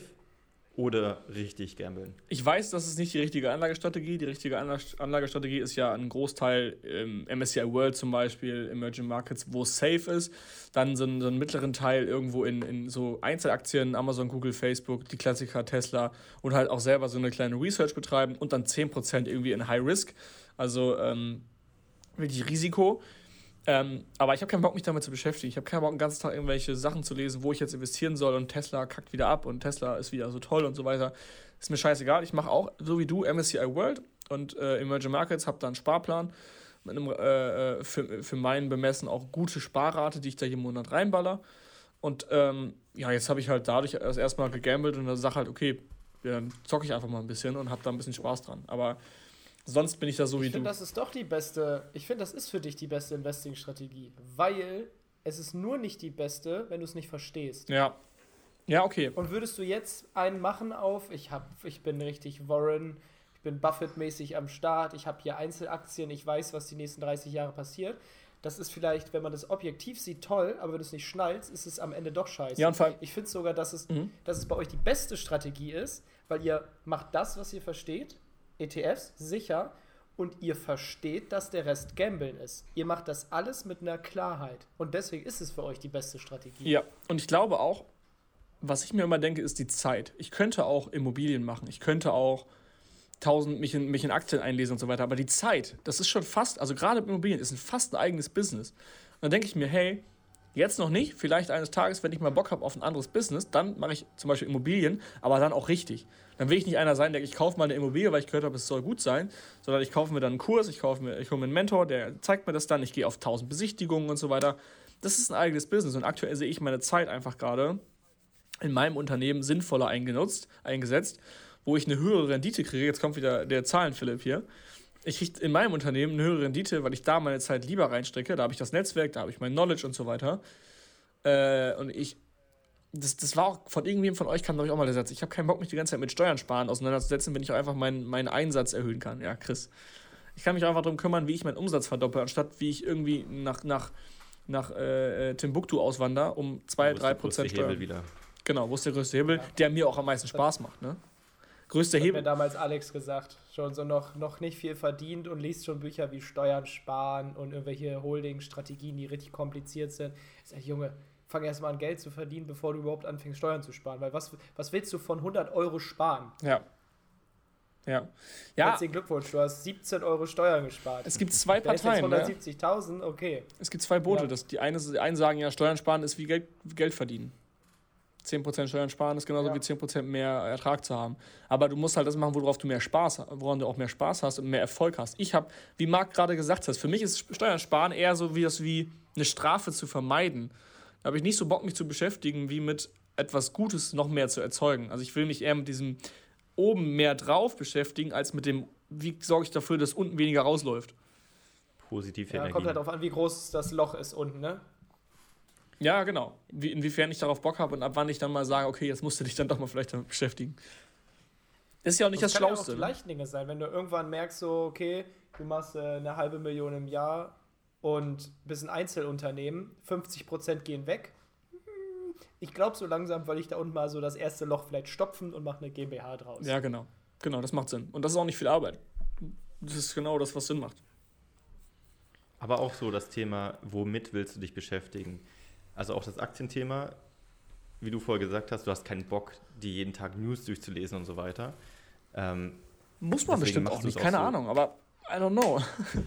oder richtig gambeln. Ich weiß, das ist nicht die richtige Anlagestrategie. Die richtige Anlagestrategie ist ja ein Großteil MSCI World zum Beispiel, Emerging Markets, wo es safe ist. Dann so einen mittleren Teil irgendwo in so Einzelaktien, Amazon, Google, Facebook, die Klassiker, Tesla und halt auch selber so eine kleine Research betreiben und dann 10% irgendwie in High Risk. Also wirklich Risiko. Aber ich habe keinen Bock, mich damit zu beschäftigen. Ich habe keinen Bock, den ganzen Tag irgendwelche Sachen zu lesen, wo ich jetzt investieren soll und Tesla kackt wieder ab und Tesla ist wieder so toll und so weiter. Ist mir scheißegal. Ich mache auch, so wie du, MSCI World und Emerging Markets, habe da einen Sparplan mit einem für meinen Bemessen auch gute Sparrate, die ich da jeden Monat reinballer. Und jetzt habe ich halt dadurch erstmal gegambelt und dann sage halt, okay, dann zocke ich einfach mal ein bisschen und habe da ein bisschen Spaß dran. Aber sonst bin ich da so wie du. Ich finde, das ist doch die beste, das ist für dich die beste Investing-Strategie, weil es ist nur nicht die beste, wenn du es nicht verstehst. Ja, okay. Und würdest du jetzt einen machen auf, ich bin richtig Warren, ich bin Buffett-mäßig am Start, ich habe hier Einzelaktien, ich weiß, was die nächsten 30 Jahre passiert. Das ist vielleicht, wenn man das objektiv sieht, toll, aber wenn du es nicht schnallst, ist es am Ende doch scheiße. Ja, und vor allem, ich finde sogar, dass es bei euch die beste Strategie ist, weil ihr macht das, was ihr versteht, ETFs, sicher, und ihr versteht, dass der Rest Gambeln ist. Ihr macht das alles mit einer Klarheit. Und deswegen ist es für euch die beste Strategie. Ja, und ich glaube auch, was ich mir immer denke, ist die Zeit. Ich könnte auch Immobilien machen. Ich könnte auch mich in Aktien einlesen und so weiter. Aber die Zeit, das ist schon fast, also gerade mit Immobilien, ist fast ein eigenes Business. Und dann denke ich mir, hey, jetzt noch nicht, vielleicht eines Tages, wenn ich mal Bock habe auf ein anderes Business, dann mache ich zum Beispiel Immobilien, aber dann auch richtig. Dann will ich nicht einer sein, der ich kaufe mal eine Immobilie, weil ich gehört habe, es soll gut sein, sondern ich kaufe mir dann einen Kurs, ich hole mir einen Mentor, der zeigt mir das dann, ich gehe auf 1000 Besichtigungen und so weiter. Das ist ein eigenes Business und aktuell sehe ich meine Zeit einfach gerade in meinem Unternehmen sinnvoller eingesetzt, wo ich eine höhere Rendite kriege. Jetzt kommt wieder der Zahlenphilipp hier. Ich kriege in meinem Unternehmen eine höhere Rendite, weil ich da meine Zeit lieber reinstecke. Da habe ich das Netzwerk, da habe ich mein Knowledge und so weiter. Das war auch von irgendwem von euch, kam glaube ich auch mal der Satz, ich habe keinen Bock, mich die ganze Zeit mit Steuern sparen auseinanderzusetzen, wenn ich auch einfach meinen Einsatz erhöhen kann. Ja, Chris. Ich kann mich einfach darum kümmern, wie ich meinen Umsatz verdoppel, anstatt wie ich irgendwie nach Timbuktu auswandere, um 2-3% Steuern. Wieder. Genau, wo ist der größte Hebel, der mir auch am meisten Spaß macht, ne? Größter Hebel. Hat mir damals Alex gesagt, schon so noch nicht viel verdient und liest schon Bücher wie Steuern sparen und irgendwelche Holding-Strategien, die richtig kompliziert sind. Ich sag, Junge, fang erst mal an Geld zu verdienen, bevor du überhaupt anfängst Steuern zu sparen, weil was willst du von 100 Euro sparen? Ja. Herzlichen Glückwunsch, du hast 17 Euro Steuern gespart. Es gibt zwei Parteien. 170.000, okay. Es gibt zwei Boote. Ja. Die einen sagen ja, Steuern sparen ist wie Geld verdienen. 10% Steuern sparen ist genauso wie 10% mehr Ertrag zu haben. Aber du musst halt das machen, woran du auch mehr Spaß hast und mehr Erfolg hast. Ich habe, wie Marc gerade gesagt hat, für mich ist Steuern sparen eher so wie eine Strafe zu vermeiden. Da habe ich nicht so Bock, mich zu beschäftigen, wie mit etwas Gutes noch mehr zu erzeugen. Also ich will mich eher mit diesem oben mehr drauf beschäftigen, als mit dem, wie sorge ich dafür, dass unten weniger rausläuft. Positive Energie. Kommt halt darauf an, wie groß das Loch ist unten, ne? Ja, genau. Inwiefern ich darauf Bock habe und ab wann ich dann mal sage, okay, jetzt musst du dich dann doch mal vielleicht damit beschäftigen. Ist ja auch nicht das Schlauste. Das kann ja auch die leichten Dinge sein, wenn du irgendwann merkst, so, okay, du machst 500.000 im Jahr und bist ein Einzelunternehmen, 50% gehen weg. Ich glaube, so langsam will ich da unten mal so das erste Loch vielleicht stopfen und mache eine GmbH draus. Ja, genau. Genau, das macht Sinn. Und das ist auch nicht viel Arbeit. Das ist genau das, was Sinn macht. Aber auch so das Thema, womit willst du dich beschäftigen? Also auch das Aktienthema, wie du vorher gesagt hast, du hast keinen Bock, die jeden Tag News durchzulesen und so weiter. Muss man bestimmt auch nicht, keine Ahnung, aber I don't know.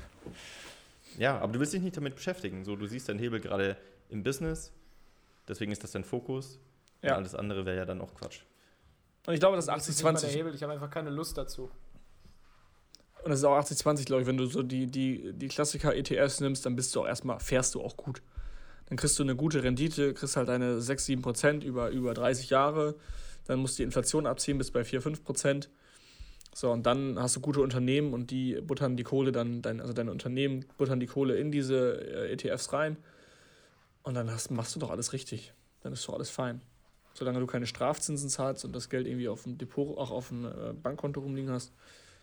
Ja, aber du willst dich nicht damit beschäftigen. So, du siehst deinen Hebel gerade im Business, deswegen ist das dein Fokus. Ja. Und alles andere wäre ja dann auch Quatsch. Und ich glaube, das ist 80-20. Hebel, ich habe einfach keine Lust dazu. Und das ist auch 80-20, glaube ich. Wenn du so die Klassiker-ETFs nimmst, dann fährst du auch gut. Dann kriegst du eine gute Rendite, kriegst halt deine 6-7% über 30 Jahre. Dann musst du die Inflation abziehen bis bei 4-5%. So, und dann hast du gute Unternehmen und die buttern die Kohle dann, deine Unternehmen buttern die Kohle in diese ETFs rein. Und dann machst du doch alles richtig. Dann ist doch alles fein. Solange du keine Strafzinsen zahlst und das Geld irgendwie auf dem Depot, auch auf dem Bankkonto rumliegen hast.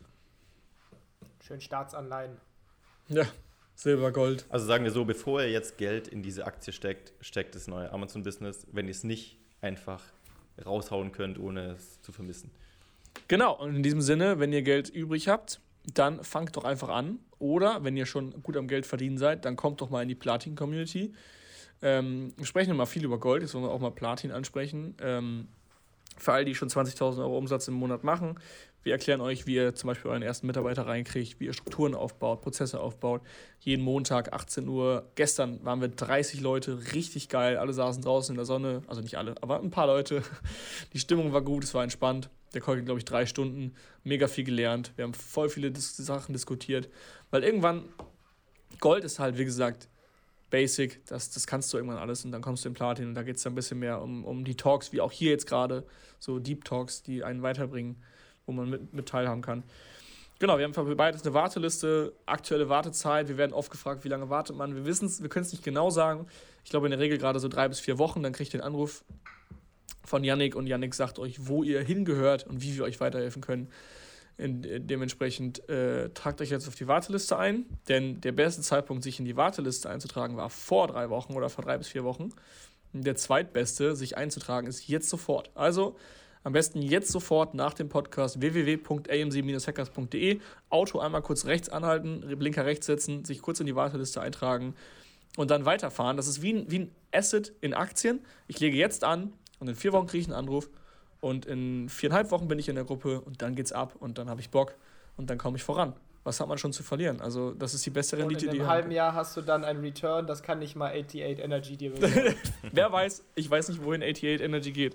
Schön Staatsanleihen. Ja, Silber, Gold. Also sagen wir so, bevor ihr jetzt Geld in diese Aktie steckt das neue Amazon-Business, wenn ihr es nicht einfach raushauen könnt, ohne es zu vermissen. Genau, und in diesem Sinne, wenn ihr Geld übrig habt, dann fangt doch einfach an. Oder wenn ihr schon gut am Geld verdienen seid, dann kommt doch mal in die Platin-Community. Wir sprechen immer viel über Gold, jetzt wollen wir auch mal Platin ansprechen. Für all die schon 20.000 Euro Umsatz im Monat machen. Wir erklären euch, wie ihr zum Beispiel euren ersten Mitarbeiter reinkriegt, wie ihr Strukturen aufbaut, Prozesse aufbaut. Jeden Montag, 18 Uhr. Gestern waren wir 30 Leute, richtig geil. Alle saßen draußen in der Sonne. Also nicht alle, aber ein paar Leute. Die Stimmung war gut, es war entspannt. Der Call ging, glaube ich, 3 Stunden. Mega viel gelernt. Wir haben voll viele Sachen diskutiert. Weil irgendwann, Gold ist halt, wie gesagt, Basic, das kannst du irgendwann alles und dann kommst du in Platin und da geht es dann ein bisschen mehr um die Talks, wie auch hier jetzt gerade, so Deep Talks, die einen weiterbringen, wo man mit teilhaben kann. Genau, wir haben für beides eine Warteliste, aktuelle Wartezeit, wir werden oft gefragt, wie lange wartet man, wir können es nicht genau sagen, ich glaube in der Regel gerade so 3 bis 4 Wochen, dann kriegt ihr den Anruf von Yannick und Yannick sagt euch, wo ihr hingehört und wie wir euch weiterhelfen können. Dementsprechend tragt euch jetzt auf die Warteliste ein, denn der beste Zeitpunkt, sich in die Warteliste einzutragen, war vor 3 Wochen oder vor 3 bis 4 Wochen. Und der zweitbeste, sich einzutragen, ist jetzt sofort. Also am besten jetzt sofort nach dem Podcast www.amc-hackers.de Auto einmal kurz rechts anhalten, Blinker rechts setzen, sich kurz in die Warteliste eintragen und dann weiterfahren. Das ist wie ein Asset in Aktien. Ich lege jetzt an und in 4 Wochen kriege ich einen Anruf. Und in 4,5 Wochen bin ich in der Gruppe und dann geht's ab und dann habe ich Bock und dann komme ich voran. Was hat man schon zu verlieren? Also das ist die beste Rendite, die in einem halben Jahr hast du dann einen Return, das kann nicht mal 88 Energy dir bewerten. Wer weiß, ich weiß nicht, wohin 88 Energy geht.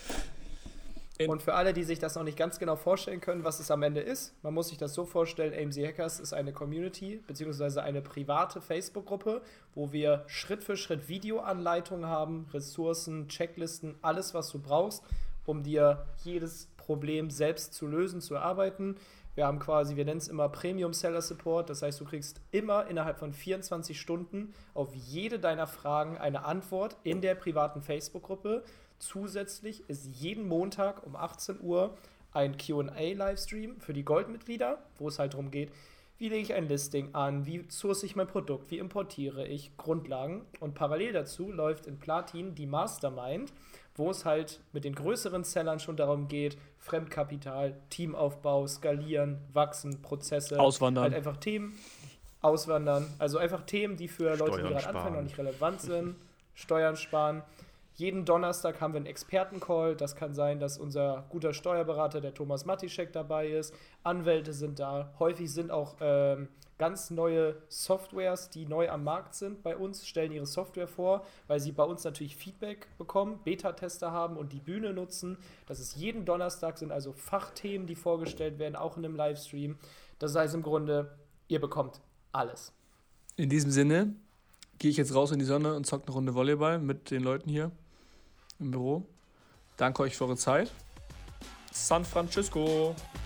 Und für alle, die sich das noch nicht ganz genau vorstellen können, was es am Ende ist, man muss sich das so vorstellen, AMC Hackers ist eine Community, beziehungsweise eine private Facebook-Gruppe, wo wir Schritt für Schritt Videoanleitungen haben, Ressourcen, Checklisten, alles, was du brauchst, um dir jedes Problem selbst zu lösen, zu erarbeiten. Wir haben quasi, wir nennen es immer Premium Seller Support, das heißt, du kriegst immer innerhalb von 24 Stunden auf jede deiner Fragen eine Antwort in der privaten Facebook-Gruppe. Zusätzlich ist jeden Montag um 18 Uhr ein Q&A-Livestream für die Goldmitglieder, wo es halt darum geht, wie lege ich ein Listing an, wie source ich mein Produkt, wie importiere ich Grundlagen. Und parallel dazu läuft in Platin die Mastermind, wo es halt mit den größeren Sellern schon darum geht, Fremdkapital, Teamaufbau, skalieren, wachsen, Prozesse. Auswandern. Halt einfach Themen, auswandern. Also einfach Themen, die für Leute, die gerade anfangen, noch nicht relevant sind. Steuern sparen. Jeden Donnerstag haben wir einen Expertencall. Das kann sein, dass unser guter Steuerberater, der Thomas Matischek, dabei ist. Anwälte sind da. Häufig sind auch ganz neue Softwares, die neu am Markt sind bei uns, stellen ihre Software vor, weil sie bei uns natürlich Feedback bekommen, Beta-Tester haben und die Bühne nutzen. Das ist jeden Donnerstag, sind also Fachthemen, die vorgestellt werden, auch in einem Livestream. Das heißt im Grunde, ihr bekommt alles. In diesem Sinne gehe ich jetzt raus in die Sonne und zocke eine Runde Volleyball mit den Leuten hier im Büro. Danke euch für eure Zeit. San Francisco.